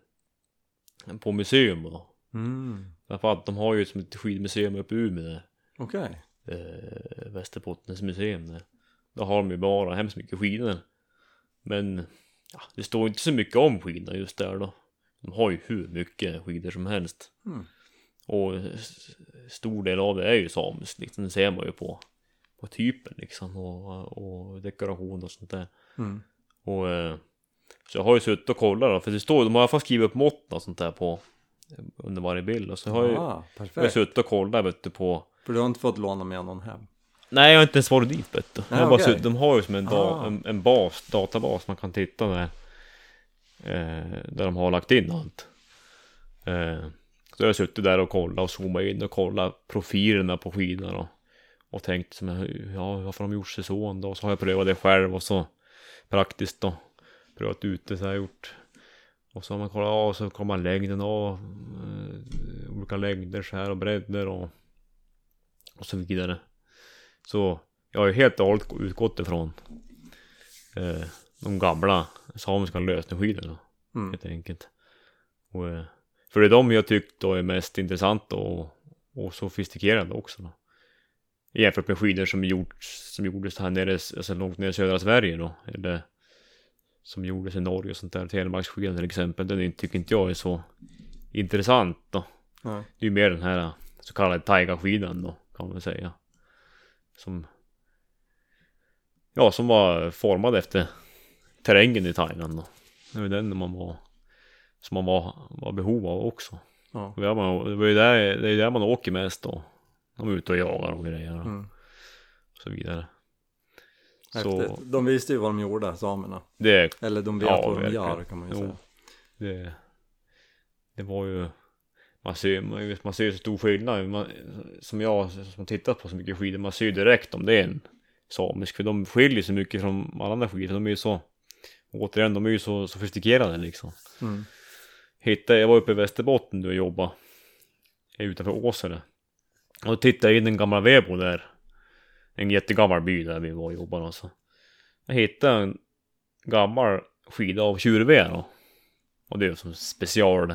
[SPEAKER 2] museum då. Därför att de har ju ett skidmuseum uppe i Umeå där.
[SPEAKER 1] Okej.
[SPEAKER 2] Västerbottens museum där. Då har de ju bara hemskt mycket skidor. Men det står inte så mycket om skidor just där då. De har ju hur mycket skidor som helst. Och stor del av det är ju samiskt liksom. Det ser man ju på typen liksom, och dekoration och sånt där. Och så jag har ju suttit och kollat då, för det står, de har i alla fall skrivit upp mått och sånt där på under varje bild, och så har jag suttit och kollat, vet du, på. För
[SPEAKER 1] du har inte fått låna med någon hem?
[SPEAKER 2] Nej, jag har inte ens varit dit, vet du. De har ju som en databas man kan titta där de har lagt in allt. Så jag har suttit där och kollat och zoomat in och kollat profilerna på skidorna och tänkt som, varför har de gjort sig så då? Så har jag prövat det själv, och så praktiskt då prövat ute, så har jag gjort. Och så har man kollat, och så kollar man längden och olika längder så här, och bredder och så vidare. Så jag har ju helt och hållet utgått ifrån de gamla samiska lösningsskidorna, helt enkelt. Och för det är de jag tyckt då är mest intressanta och sofistikerade också då. Jämfört med skidor som gjordes här nere, alltså långt ner i södra Sverige då, eller som gjordes i Norge och sånt där. Telemarksskidan till exempel, den tycker inte jag är så intressant då. Det är ju mer den här så kallade taiga-skidan då, kan man säga. som var formad efter terrängen i Thailand då. Det var den som man var behov av också.
[SPEAKER 1] Ja.
[SPEAKER 2] Det var ju där man åker mest då. De är ute och jagar och grejer och så vidare. Så,
[SPEAKER 1] de visste ju vad de gjorde, samerna. Eller de vet vad de gör, kan man ju säga.
[SPEAKER 2] Det var ju man ser så stor skillnad. Som jag som tittat på så mycket skidor, man ser ju direkt om det är en samisk, för de skiljer sig mycket från alla andra skidor. De är ju så, återigen, de är ju så sofistikerade liksom. Jag var uppe i Västerbotten och jobbade utanför Åsele. Och tittade in en gammal Vebo där. En jättegammal by där vi var och jobbade alltså. Jag hittade en gammal skida av tjurve då. Och det är som special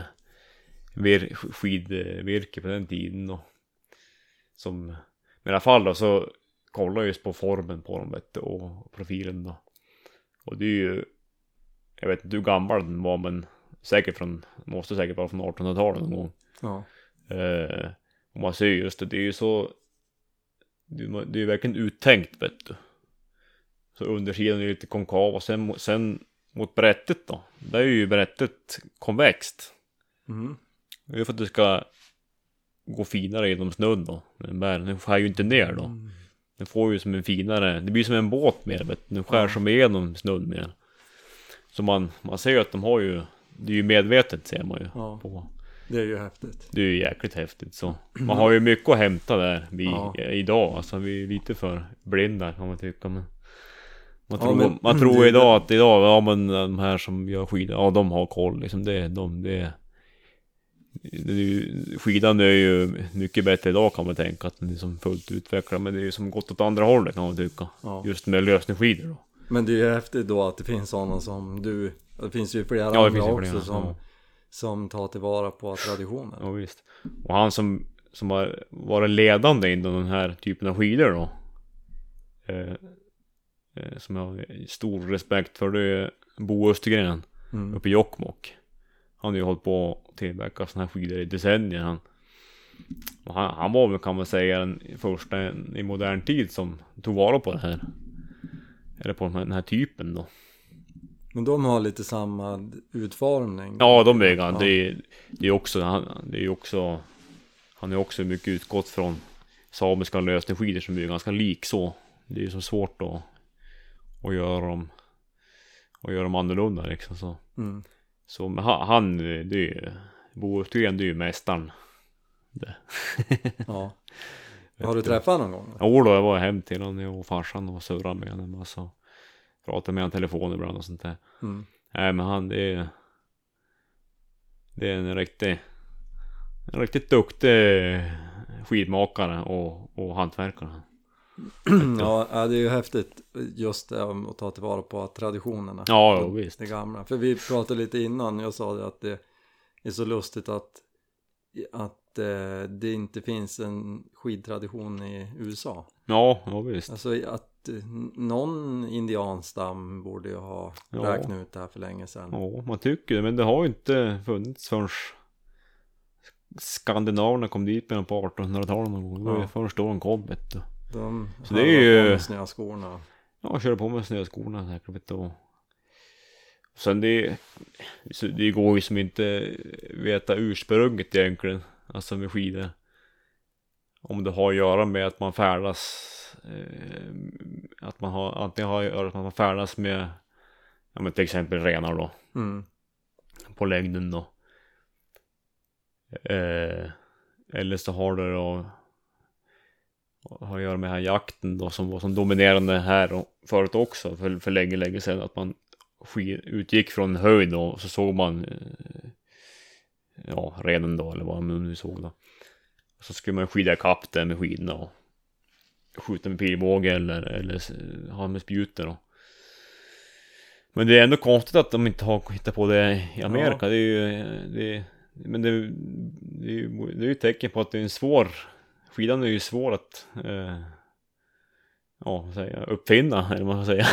[SPEAKER 2] skidvirke på den tiden då. Som, i alla fall då, så kollar jag just på formen på dem, vet du, och profilen då. Och det är ju, jag vet inte hur gammal den var, men måste säkert vara från 1800-talet någon gång.
[SPEAKER 1] Ja.
[SPEAKER 2] Och man ser just det är ju så, det är ju verkligen uttänkt, vet du. Så undersidan är lite konkav, och sen mot brättet då, där är ju brättet konvext. Det är för att det ska gå finare genom snön då. Den skär ju inte ner då. Den får ju som en finare, det blir som en båt mer, vet du. Den skär som igenom snön mer. Så man ser ju att de har ju, det är ju medvetet, ser man ju på.
[SPEAKER 1] Det är ju häftigt.
[SPEAKER 2] Det är ju jäkligt häftigt så. Man har ju mycket att hämta där idag. Alltså vi är lite för blinda, kan man tycka, men man tror idag att men de här som gör skidor, de har koll liksom. Skidan är ju mycket bättre idag, kan man tänka, att den är som fullt utvecklad, men det är ju som gått åt andra hållet, kan man tycka. Just med lösningsskidor då.
[SPEAKER 1] Men det är ju häftigt då att det finns sådana som du. Det finns ju flera andra också som tar tillvara på traditionen.
[SPEAKER 2] Ja visst. Och han som har varit ledande inom den här typen av skidor då, som jag har stor respekt för, det är Bo Östergren uppe i Jokkmokk. Han har ju hållit på att tillverka såna här skidor i decennier. Han var väl, kan man säga, den första i modern tid som tog vara på det här. Eller på den här typen då.
[SPEAKER 1] Men de har lite samma utformning.
[SPEAKER 2] Ja, de är ja. Det är också han är också mycket utgått från samiska lösningsskidor som är ganska lik så. Det är ju så svårt att göra dem annorlunda liksom så. Så men han det är ju Bo Östergren, det är ju mästaren.
[SPEAKER 1] Ja. Har du träffat någon gång?
[SPEAKER 2] Ja då, jag var hem till honom och farsan och surrade med honom och så pratade med honom telefon ibland och sånt där. Nej, men han det är en riktigt duktig skidmakare och hantverkare.
[SPEAKER 1] Ja, det är ju häftigt just det att ta tillvara på traditionerna.
[SPEAKER 2] Ja, visst.
[SPEAKER 1] Det gamla. För vi pratade lite innan, jag sa det att det är så lustigt att det inte finns en skidtradition i USA.
[SPEAKER 2] Ja visst.
[SPEAKER 1] Alltså att någon indianstam borde ju ha räknat ut det här för länge sedan.
[SPEAKER 2] Ja, man tycker det, men det har ju inte funnits förrän skandinaverna kom dit med på 1800-talet någon gång. Det var ju först då de kom, vet du.
[SPEAKER 1] Så det är ju på med snöskorna.
[SPEAKER 2] Ja, körde på med snöskorna säkert, vet du. Och sen det går ju som inte veta ursprunget egentligen, alltså med skidor. Om det har att göra med att man färdas att man har antingen har att göra att man färdas med till exempel renar då. På längden då. Eller så har det då har att göra med här jakten då, som var som dominerande här och förut också för länge sedan, att man utgick från höjd då, och så såg man renen då, eller vad man nu såg då. Så skulle man skida kapp där med skidorna och skjuta med pilbåge eller ha med spjuter då. Men det är ändå konstigt att de inte har hittat på det i Amerika. Det är ju ett tecken på att det är en svår, skidan är ju svår att uppfinna, eller vad man säger.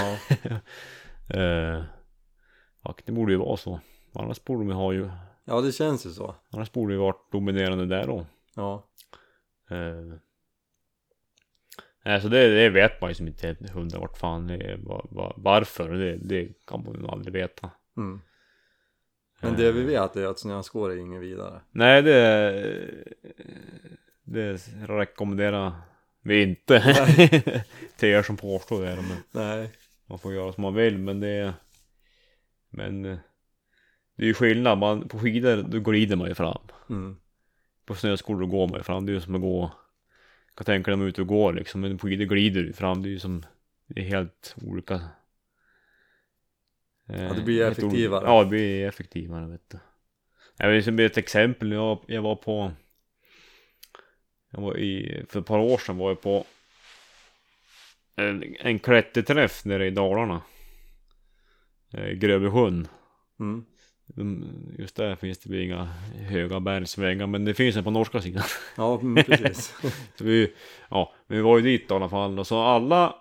[SPEAKER 2] Det borde ju vara så. Annars borde de ha ju.
[SPEAKER 1] Ja, det känns ju så.
[SPEAKER 2] Annars borde det ju varit dominerande där då.
[SPEAKER 1] Ja.
[SPEAKER 2] Alltså det vet man ju som inte 100 vart fan det är, varför. Det kan man ju aldrig veta.
[SPEAKER 1] Mm. Men det vi vet är att snöskor är ingen vidare.
[SPEAKER 2] Nej, det rekommenderar vi inte till er som påstår det. Men
[SPEAKER 1] nej.
[SPEAKER 2] Man får göra som man vill, men det är ju skillnad. På skidor då glider man ju fram.
[SPEAKER 1] Mm.
[SPEAKER 2] På snöskor då går man ju fram. Det är ju som att gå, jag kan tänka dig man är ute och går liksom, men på skidor glider du fram. Det är ju som, det är helt olika.
[SPEAKER 1] Ja, det blir effektivare.
[SPEAKER 2] Ja, det blir effektivare, vet du. Jag vill som ett exempel. Jag var för ett par år sedan var jag på en klätterträff nere i Dalarna. Grövesjön.
[SPEAKER 1] Mm.
[SPEAKER 2] Just där finns det inga höga bergsvägar, men det finns en på norska sidan.
[SPEAKER 1] Ja, precis.
[SPEAKER 2] Så vi var ju dit i alla fall. Och så alla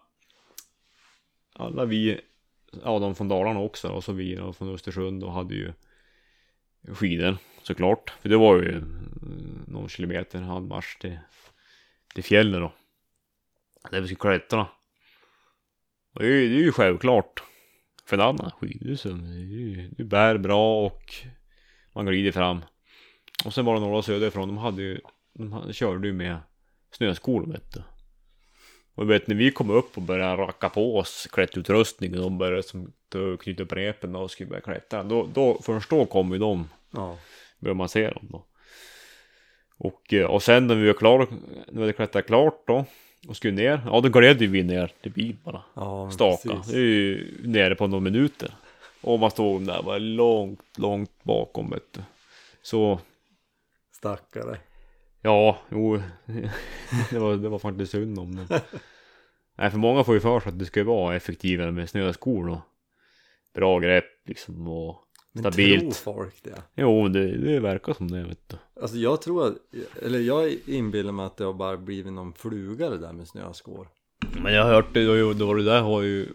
[SPEAKER 2] vi, ja, de från Dalarna också, och så vi från Östersund, och hade ju skidor såklart. För det var ju någon kilometer halvmars till fjällen då, där vi skulle klättra. Och det är ju självklart för en annan skidor som du bär bra och man glider fram. Och sen var det några söderifrån, de körde ju med snöskor, vet du. Och vet, när vi kom upp och började racka på oss klätterutrustning, och de började som knyta upp repen och skulle börja klättra, då först då kom ju de. Ja. Började man se dem då. Och sen när vi hade klättrat klart då och skulle ner, ja, då gled vi ner till bil bara. Ja, staka. Det är ju nere på några minuter. Och man stod där, var långt bakom, vet du. Så
[SPEAKER 1] stackare.
[SPEAKER 2] Ja, jo. det var faktiskt synd om det. Nej, för många får ju för sig att det ska vara effektivare med snöskor då. Bra grepp liksom, och stabilt.
[SPEAKER 1] Men tror folk det?
[SPEAKER 2] Jo, det verkar som det, vet du.
[SPEAKER 1] Alltså jag tror jag inbillar mig att det har bara blivit någon fluga det där med snöskor.
[SPEAKER 2] Men jag har hört det, då det där har ju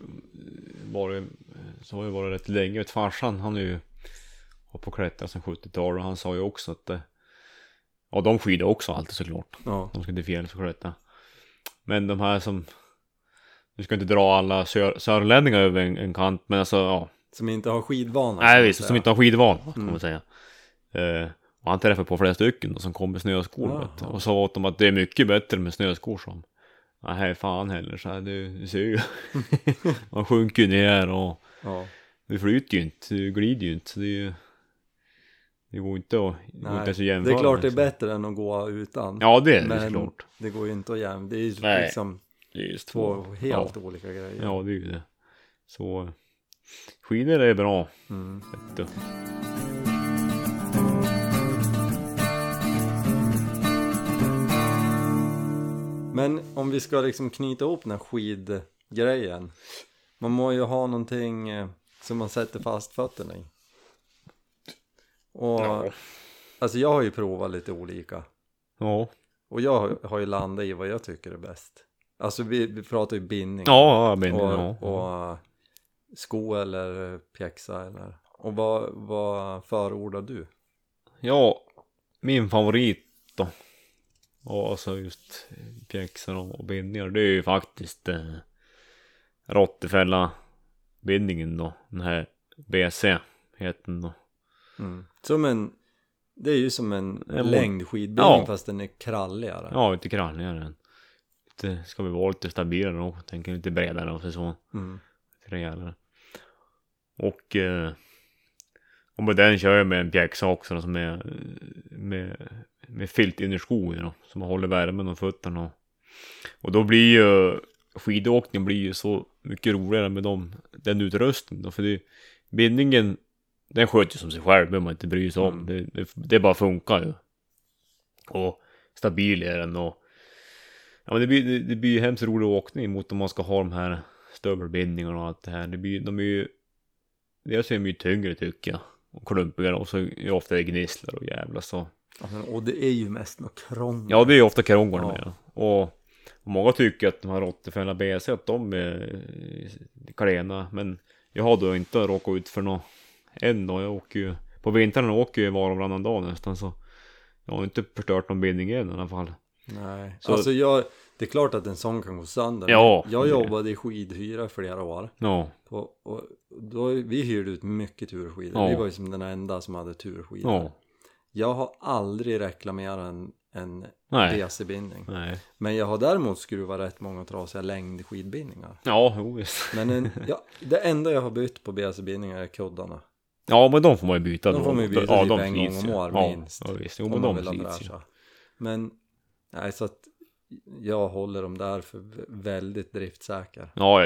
[SPEAKER 2] varit rätt länge. Vet, farsan, han är ju har på klättra sedan 70-talet, och han sa ju också att ja, de skidor också alltid såklart. Ja. De ska inte fel för klättra. Men de här som, du ska inte dra alla sörlänningar över en kant, men alltså, ja.
[SPEAKER 1] Som inte har skidvana.
[SPEAKER 2] Nej, visst, som inte har skidvana, kan man säga. Och han träffade på flera stycken då, som kom med snöskor, och sa åt dem att det är mycket bättre med snöskor som. Nej, fan heller, så här, du ser ju. Man sjunker ju ner och det flyter ju inte, det glider ju inte, så det går inte att jämföra.
[SPEAKER 1] Det är klart det är bättre än att gå utan.
[SPEAKER 2] Ja, det är det klart.
[SPEAKER 1] Det går ju inte att jämföra. Det är ju liksom två helt olika grejer.
[SPEAKER 2] Ja, det är ju det. Så skidor är bra.
[SPEAKER 1] Men om vi ska liksom knyta ihop den här skidgrejen. Man må ju ha någonting som man sätter fast fötterna i. Och alltså jag har ju provat lite olika. Ja. Och jag har ju landat i vad jag tycker är bäst. Alltså vi pratar ju bindning.
[SPEAKER 2] Ja, bindning.
[SPEAKER 1] Och sko eller pjäxa eller. Och vad förordar du?
[SPEAKER 2] Ja, min favorit då. Och alltså just pjäxor och bindningar, det är ju faktiskt Rottefälla bindningen då. Den här BC heter den då.
[SPEAKER 1] Det är ju som en längdskidbindning, fast den är kralligare.
[SPEAKER 2] Ja, lite kralligare. Det ska vi vara lite stabilare då. Tänker lite bredare och så. Lite rejälare. Och med den kör jag med en pjäxa också då, som är med filt in i skogen då, som håller värmen och fötterna. Och då blir ju skidåkningen blir ju så mycket roligare med den utrustningen då, för bindningen, den sköter ju som sig själv, behöver man inte bry sig om. Det bara funkar ju. Och stabil är den, och ja, men det blir ju hemskt rolig åkning mot om man ska ha de här stövelbindningarna och allt det här. Dels är de ju tyngre, tycker jag, och klumpigare, och så är ofta det gnisslar och jävla så.
[SPEAKER 1] Alltså, och det är ju mest något krångel.
[SPEAKER 2] Ja, det är ju ofta krångel med. Och många tycker att de här Rottefälla BC, att de är klena, men jag har då inte råkat ut för något än då. Jag åker ju på vintern, åker ju var och varannan dag nästan, så jag har inte förstört någon bindning än i alla fall.
[SPEAKER 1] Nej, så. Alltså Det är klart att en sån kan gå sönder.
[SPEAKER 2] Ja.
[SPEAKER 1] Jag jobbade i skidhyra flera år.
[SPEAKER 2] Ja.
[SPEAKER 1] Och då, vi hyrde ut mycket turskidor.
[SPEAKER 2] Ja.
[SPEAKER 1] Vi var ju som den enda som hade turskidor.
[SPEAKER 2] Ja.
[SPEAKER 1] Jag har aldrig reklamerat en
[SPEAKER 2] Nej.
[SPEAKER 1] DC-bindning.
[SPEAKER 2] Nej.
[SPEAKER 1] Men jag har däremot skruvat rätt många trasiga längdskidbindningar.
[SPEAKER 2] Ja, visst.
[SPEAKER 1] Men det enda jag har bytt på BC-bindningar är kuddarna.
[SPEAKER 2] Ja, men de får man ju byta.
[SPEAKER 1] De får man ju byta
[SPEAKER 2] ja,
[SPEAKER 1] typ
[SPEAKER 2] de
[SPEAKER 1] en gång
[SPEAKER 2] slits
[SPEAKER 1] om
[SPEAKER 2] ju.
[SPEAKER 1] år
[SPEAKER 2] Ja,
[SPEAKER 1] minst.
[SPEAKER 2] ja, visst. Jo,
[SPEAKER 1] Om
[SPEAKER 2] men
[SPEAKER 1] man
[SPEAKER 2] de
[SPEAKER 1] vill ha
[SPEAKER 2] slits ju.
[SPEAKER 1] bräscha. Men nej, så att jag håller dem där för väldigt driftsäker.
[SPEAKER 2] Ja,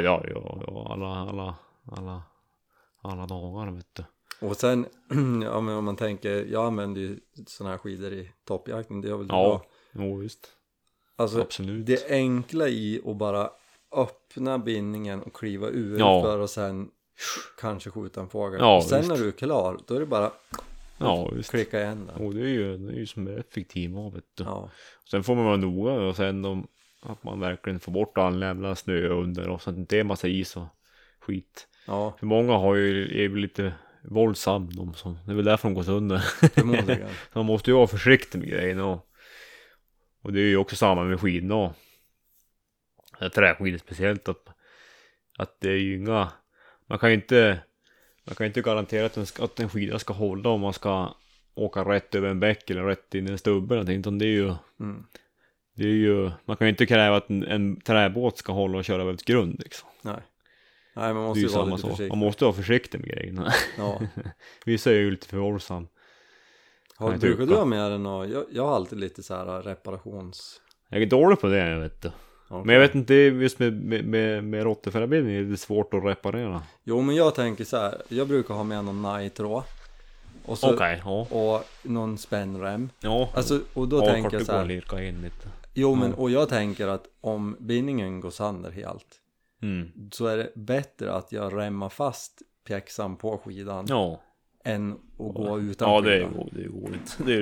[SPEAKER 2] alla dagar, vet du.
[SPEAKER 1] Och sen, ja, men om man tänker, jag använder ju såna här skidor i toppjakten, det är väl
[SPEAKER 2] Ja,
[SPEAKER 1] bra.
[SPEAKER 2] jo, visst.
[SPEAKER 1] Alltså,
[SPEAKER 2] Absolut.
[SPEAKER 1] det enkla i att bara öppna bindningen och kliva ur för att sen kanske skjuta en fågel.
[SPEAKER 2] Ja,
[SPEAKER 1] och sen
[SPEAKER 2] visst.
[SPEAKER 1] när du är klar, då är det bara
[SPEAKER 2] Visst.
[SPEAKER 1] klicka igen där.
[SPEAKER 2] Och det är ju som är effektivt, vet du.
[SPEAKER 1] Ja.
[SPEAKER 2] Sen får man vara noga och sen att man verkligen får bort all jävla snö under och så att det inte är massa is och skit.
[SPEAKER 1] Ja,
[SPEAKER 2] För många är ju lite våldsam, det är väl därför de går sönder.
[SPEAKER 1] förmodligen.
[SPEAKER 2] Man måste ju vara försiktig med grejerna och det är ju också samma med skidorna. Träskidor speciellt att det är ju inga, man kan ju inte garantera att en skida ska hålla om man ska åka rätt över en bäck eller rätt in i en stubbe eller någonting. Det är ju man kan ju inte kräva att en träbåt ska hålla och köra väldigt grund liksom.
[SPEAKER 1] Nej, man måste ju vara lite försiktig.
[SPEAKER 2] Man måste vara försiktig med grejerna.
[SPEAKER 1] Ja.
[SPEAKER 2] Vissa är ju lite för våldsam.
[SPEAKER 1] Brukar du ha med den? Och jag har alltid lite så här reparations...
[SPEAKER 2] Jag är dålig på det, jag vet du.
[SPEAKER 1] Okay.
[SPEAKER 2] Men jag vet inte, just med råttefärbindning är det svårt att reparera.
[SPEAKER 1] Jo, men jag tänker så här, jag brukar ha med någon najtråd. Och så och någon spännrem.
[SPEAKER 2] Ja.
[SPEAKER 1] Alltså, och då tänker jag så här.
[SPEAKER 2] Lirka in lite.
[SPEAKER 1] Jo, men och jag tänker att om bindningen går sönder helt, så är det bättre att jag remmar fast pjäxan på skidan än att gå utan
[SPEAKER 2] skidan.
[SPEAKER 1] det är
[SPEAKER 2] roligt. Det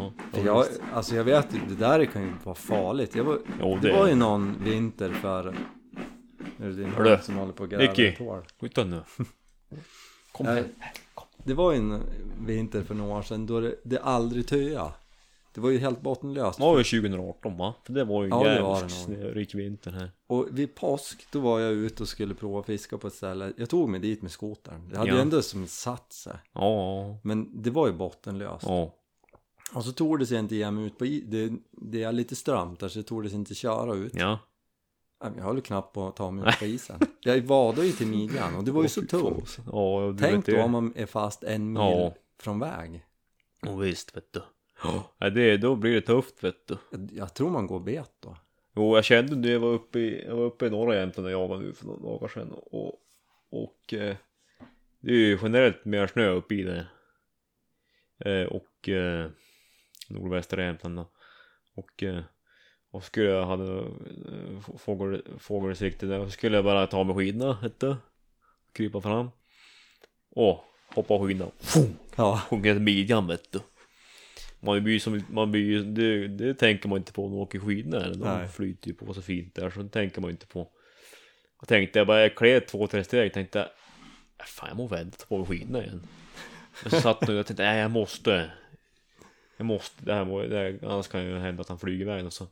[SPEAKER 2] är
[SPEAKER 1] jag vet, det där kan ju vara farligt. Det var ju någon vinter för... Nu är det din hund som håller på att gräva ett hål.
[SPEAKER 2] Skjuta nu. Kom här.
[SPEAKER 1] Det var ju en vinter för några år sedan då det aldrig töja. Det var ju helt bottenlöst.
[SPEAKER 2] Det var ju 2018, va? För det var ju jävligt snörik vinter här.
[SPEAKER 1] Och vid påsk då var jag ute och skulle prova fiska på ett ställe. Jag tog mig dit med skotern. Det hade ju ändå som satt sig.
[SPEAKER 2] Ja.
[SPEAKER 1] Men det var ju bottenlöst.
[SPEAKER 2] Ja.
[SPEAKER 1] Och så tog det sig inte ge mig ut på det är lite strömt där, så det tog det sig inte köra ut.
[SPEAKER 2] Ja.
[SPEAKER 1] Jag höll knappt på att ta mig ut på isen. Jag vadade ju till midjan och det var ju så tungt.
[SPEAKER 2] Ja,
[SPEAKER 1] tänk då om man är fast en mil från väg.
[SPEAKER 2] Och visst, vet du. Ja, då blir det tufft, vet du.
[SPEAKER 1] Jag tror man går bet då.
[SPEAKER 2] Jo, jag kände det. Jag var uppe i norra Jämtland när jag var nu för några dagar sedan. Och det är ju generellt mer snö uppe i det. Och nordvästra Jämtland då. Och skulle jag hade fågelsikte där, så skulle jag bara ta med skidorna, vet du. Krypa fram. Och hoppa av skidorna. Sjunga till midjan, vet du. Det tänker man inte på när man åker skidor. De flyter ju på så fint där, så det tänker man inte på. Jag tänkte, jag klev 2-3 steg, tänkte fan, jag må vänta på skidorna igen. Men så satt nu, jag tänkte, jag måste, det här annars kan ju hända att han flyger iväg och så.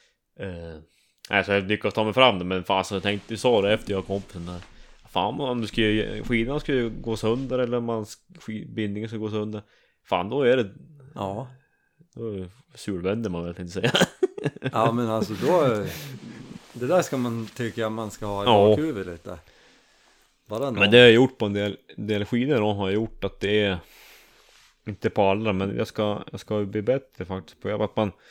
[SPEAKER 2] Så jag lyckades ta mig fram det, men fan, så jag tänkte, du sa det efter jag kom på den där. Fan, om skidorna skulle gå sönder eller om bindningen skulle gå sönder, fan, då är det då survänder man väl, tänkte säga.
[SPEAKER 1] Ja, men alltså då det där ska man tycka man ska ha i bakhuvudet lite. Men
[SPEAKER 2] det har jag gjort på en del skidor då, har jag gjort att det är inte på alla, men jag ska bli bättre faktiskt på att man,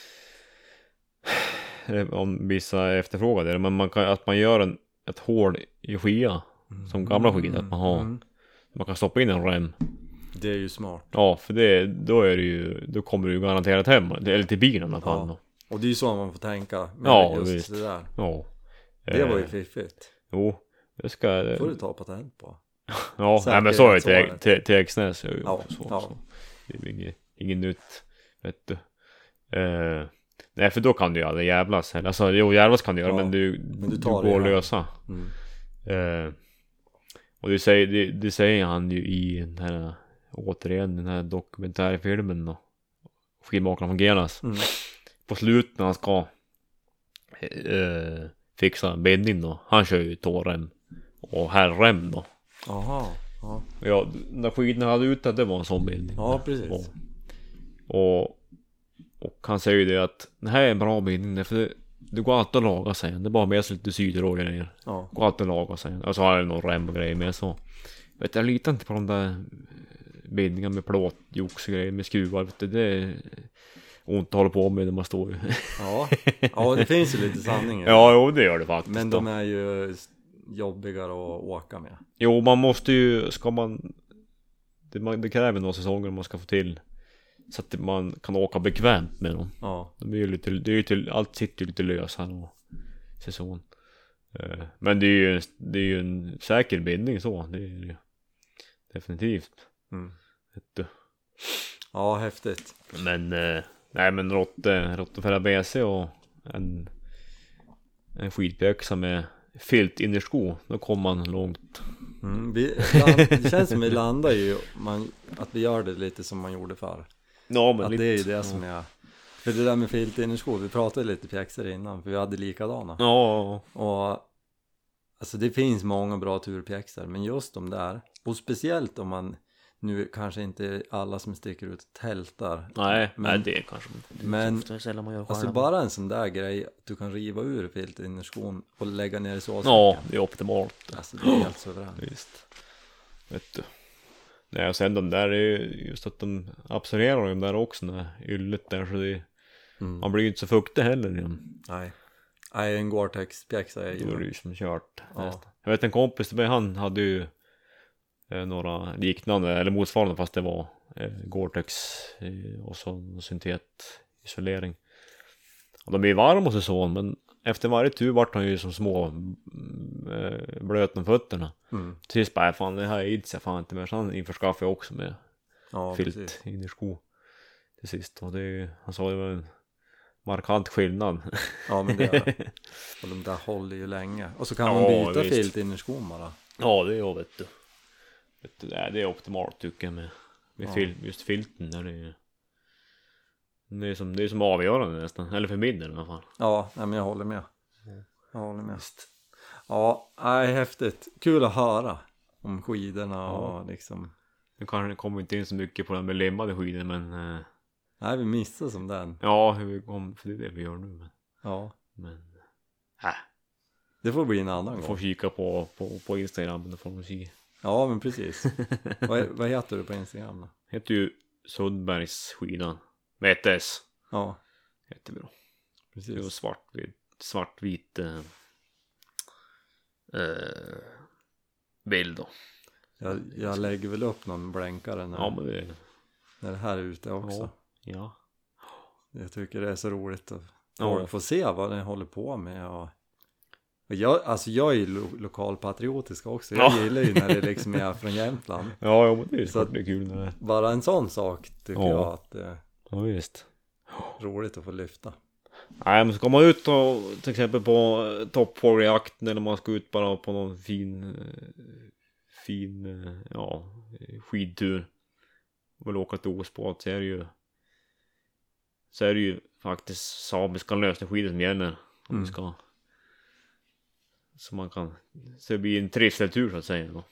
[SPEAKER 2] om vissa efterfrågar det, men att man gör ett hål i skia som gamla skidor, att man har man kan stoppa in en rem.
[SPEAKER 1] Det är ju smart.
[SPEAKER 2] Ja, för då kommer du ju garanterat hem, eller till bilen i alla fall.
[SPEAKER 1] Och det är ju så man får tänka med just
[SPEAKER 2] visst.
[SPEAKER 1] Det där.
[SPEAKER 2] Ja.
[SPEAKER 1] Det var ju fiffigt.
[SPEAKER 2] Jo, det får
[SPEAKER 1] du ta patent på.
[SPEAKER 2] Ja, nej, men så är det till Exnäs. Så. Det är ingen nytt, vet du. Nej, för då kan du ju aldrig jävlas. Alltså, jävlas kan du göra, men du går att lösa. Och det säger han ju i den här dokumentärfilmen då, Skidmakarna från Genas. På slutet när han ska fixa en bindning då. Han kör ju tårrem och herrrem då.
[SPEAKER 1] Jaha. Ja.
[SPEAKER 2] Ja, när skidorna hade ute, det var en sån bindning.
[SPEAKER 1] Ja, precis.
[SPEAKER 2] Och han säger ju det att det här är en bra bindning, för det går alltid att laga sig. Det är bara med sig lite syder och grejer.
[SPEAKER 1] Ja.
[SPEAKER 2] Går alltid att laga sig. Och så har jag någon rem och grejer med så. Vet jag litar inte på de där bindningar med plåtjox och grejer med skruvar. Vet du, det är ont att hålla på med när man står.
[SPEAKER 1] Ja, det finns ju lite sanning.
[SPEAKER 2] Ja, jo, det gör det faktiskt.
[SPEAKER 1] Men de är ju jobbigare att åka med.
[SPEAKER 2] Jo, man måste ju, ska man det kräver några säsonger om man ska få till så att man kan åka bekvämt med dem.
[SPEAKER 1] Ja.
[SPEAKER 2] De är ju lite, det är ju till, allt sitter ju lite lösare och säsong. Men det är ju en säker bindning så. Det är ju definitivt. Vet du.
[SPEAKER 1] Ja, häftigt.
[SPEAKER 2] Men nej, men Rottefälla BC och en skidpjäxa med filt innersko, då kommer man långt.
[SPEAKER 1] Det känns som vi landar ju att vi gör det lite som man gjorde förr.
[SPEAKER 2] Ja, men
[SPEAKER 1] att
[SPEAKER 2] lite,
[SPEAKER 1] det är ju det som är. För det där med filt innersko, vi pratade lite pjäxor innan, för vi hade likadana.
[SPEAKER 2] Ja.
[SPEAKER 1] Och alltså det finns många bra turpjäxor, men just de där, och speciellt om man nu kanske inte alla som sticker ut tältar.
[SPEAKER 2] Nej, det är kanske
[SPEAKER 1] men
[SPEAKER 2] det är sällan man gör själv.
[SPEAKER 1] alltså bara en sån där grej att du kan riva ur filt innerskon och lägga ner i såssäcken.
[SPEAKER 2] Ja, det är optimalt.
[SPEAKER 1] Alltså det är helt suveränt.
[SPEAKER 2] Visst. Vet du. Nej, och sen de där är ju just att de absorberar de där också när yllet där, så det man blir ju inte så fuktig heller igen.
[SPEAKER 1] Nej, en Gore-Tex-pjäxa är ju...
[SPEAKER 2] Då är det ju som kört.
[SPEAKER 1] Ja.
[SPEAKER 2] Jag vet en kompis med, han hade ju några liknande eller motsvarande, fast det var Gore-Tex och så syntetisolering. Och de blir varma och så, men efter varje tur vart han ju som små blöt om fötterna. Till sist bara, fan det här ids jag fan inte mer. Så han införskaffade jag också med filt innersko till sist. Och det, han sa det var en markant skillnad. Ja, men det är det.
[SPEAKER 1] Och de där håller ju länge. Och så kan man byta filt innerskon bara.
[SPEAKER 2] Ja, det är vet du. Det är optimalt tycker jag med just filten där det är som avgörande nästan, eller för min del i alla fall.
[SPEAKER 1] Ja, men jag håller med. Ja, häftigt. Kul att höra om skidorna och liksom.
[SPEAKER 2] Nu kanske det kommer inte in så mycket på den med limmade skidor, men
[SPEAKER 1] nej, vi missar som den.
[SPEAKER 2] Ja, hur vi kom, för det är det vi gör nu. Men,
[SPEAKER 1] ja.
[SPEAKER 2] Men
[SPEAKER 1] det får bli en annan gång.
[SPEAKER 2] Får kika på Instagram, då får man se.
[SPEAKER 1] Ja, men precis. Vad heter du på Instagram då?
[SPEAKER 2] Heter ju Sundbergs skidan. Med ett S.
[SPEAKER 1] Ja.
[SPEAKER 2] Jättebra.
[SPEAKER 1] Precis.
[SPEAKER 2] Det var svartvit bild då.
[SPEAKER 1] Jag lägger väl upp någon blänkare när det här är ute också.
[SPEAKER 2] Ja.
[SPEAKER 1] Jag tycker det är så roligt att få se vad den håller på med. Och jag är ju lokalpatriotisk också. Jag gillar ju när det liksom är från Jämtland.
[SPEAKER 2] Ja, men det är så det är kul när det.
[SPEAKER 1] Bara en sån sak tycker jag att
[SPEAKER 2] ja, visst.
[SPEAKER 1] Roligt att få lyfta.
[SPEAKER 2] Nej, men ska man ut och till exempel på Top 4-jakten, eller man ska ut bara på någon fin skidtur och åka till Åsbad, så är det ju faktiskt samiska lösningsskidor som gäller om vi ska, så man kan, så det blir en trivseltur så att säga då.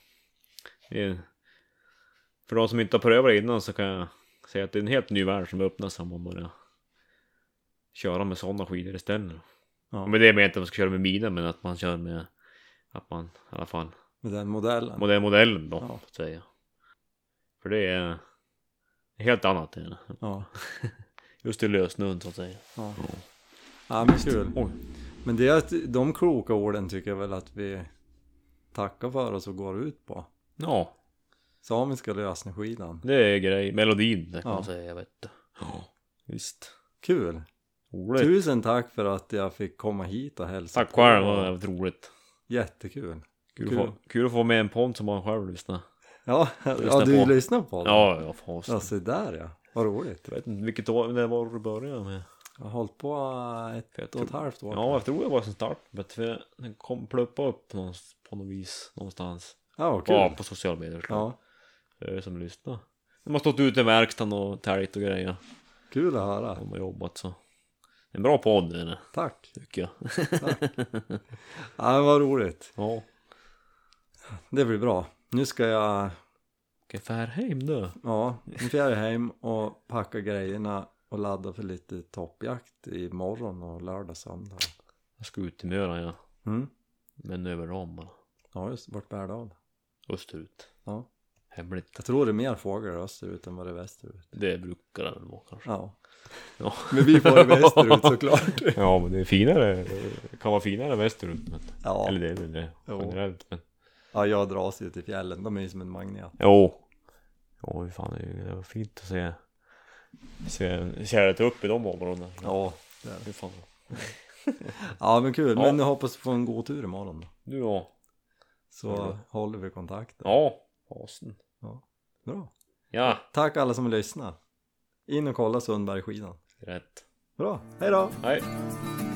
[SPEAKER 2] För de som inte har prövat innan så kan jag säga att det är en helt ny värld som öppnas om man börjar köra med sådana skidor istället. Ja. Men det menar inte att man ska köra med mina, men att man kör med, att man i alla fall
[SPEAKER 1] med den modellen.
[SPEAKER 2] Modellen då, så att säga. För det är helt annat det.
[SPEAKER 1] Ja.
[SPEAKER 2] Just i lösnund så att säga.
[SPEAKER 1] Ja, men kul. Oj. Men det är att de kloka orden tycker jag väl att vi tackar för oss och går ut på.
[SPEAKER 2] Ja.
[SPEAKER 1] Samiska lösningsskidan.
[SPEAKER 2] Det är grej, melodin det kan man säga, jag vet det. Ja, visst.
[SPEAKER 1] Kul. Roligt. Tusen tack för att jag fick komma hit och hälsa.
[SPEAKER 2] Tack själv, det var roligt.
[SPEAKER 1] Jättekul.
[SPEAKER 2] Kul att få med en podd som man själv lyssnar.
[SPEAKER 1] Ja, du lyssnar på den.
[SPEAKER 2] Ja, jag får
[SPEAKER 1] ja, så där ja. Vad roligt.
[SPEAKER 2] Jag vet inte vilket år det var du började med.
[SPEAKER 1] Jag har hållit på ett och ett halvt år.
[SPEAKER 2] Ja, jag tror det var som start. Men den kom pluppa upp på något vis någonstans.
[SPEAKER 1] Ja, kul.
[SPEAKER 2] Ja, på sociala medier. Ja. Som lyssnar. De har stått ute i verkstaden och täljt och grejer.
[SPEAKER 1] Kul att höra.
[SPEAKER 2] De har jobbat så. En bra podd är det.
[SPEAKER 1] Tack.
[SPEAKER 2] Tycker jag.
[SPEAKER 1] Tack. Ja, vad roligt.
[SPEAKER 2] Ja.
[SPEAKER 1] Det blir bra. Nu ska jag...
[SPEAKER 2] Okej, fär hem då.
[SPEAKER 1] Ja, nu ska jag hem och packa grejerna och ladda för lite toppjakt i morgon och lördag, söndag.
[SPEAKER 2] Jag ska ut till Möra, ja.
[SPEAKER 1] Mm.
[SPEAKER 2] Men över ramarna.
[SPEAKER 1] Ja, just vart bär det av?
[SPEAKER 2] Österut.
[SPEAKER 1] Ja.
[SPEAKER 2] Hemligt.
[SPEAKER 1] Jag tror det är mer fåglar österut än vad det är västerut.
[SPEAKER 2] Det brukar det väl vara kanske.
[SPEAKER 1] Ja.
[SPEAKER 2] Ja.
[SPEAKER 1] Men vi får det västerut såklart.
[SPEAKER 2] Ja, men det är finare. Det kan vara finare västerut. Men...
[SPEAKER 1] Ja.
[SPEAKER 2] Eller det är väl det generellt. Men...
[SPEAKER 1] Ja, jag dras ju till fjällen. De är ju som en magnet.
[SPEAKER 2] Jo. Ja, hur fan det var fint att se kärlet upp i de områdena.
[SPEAKER 1] Ja, det är det.
[SPEAKER 2] Hur fan.
[SPEAKER 1] Ja, men kul.
[SPEAKER 2] Ja.
[SPEAKER 1] Men jag hoppas få en god tur imorgon då.
[SPEAKER 2] Du ja.
[SPEAKER 1] Så håller vi kontakten.
[SPEAKER 2] Ja. Fasen.
[SPEAKER 1] Ja. Bra.
[SPEAKER 2] Ja.
[SPEAKER 1] Tack alla som lyssnar. In och kolla Sundberg-skidan.
[SPEAKER 2] Rätt.
[SPEAKER 1] Bra. Hej då.
[SPEAKER 2] Hej.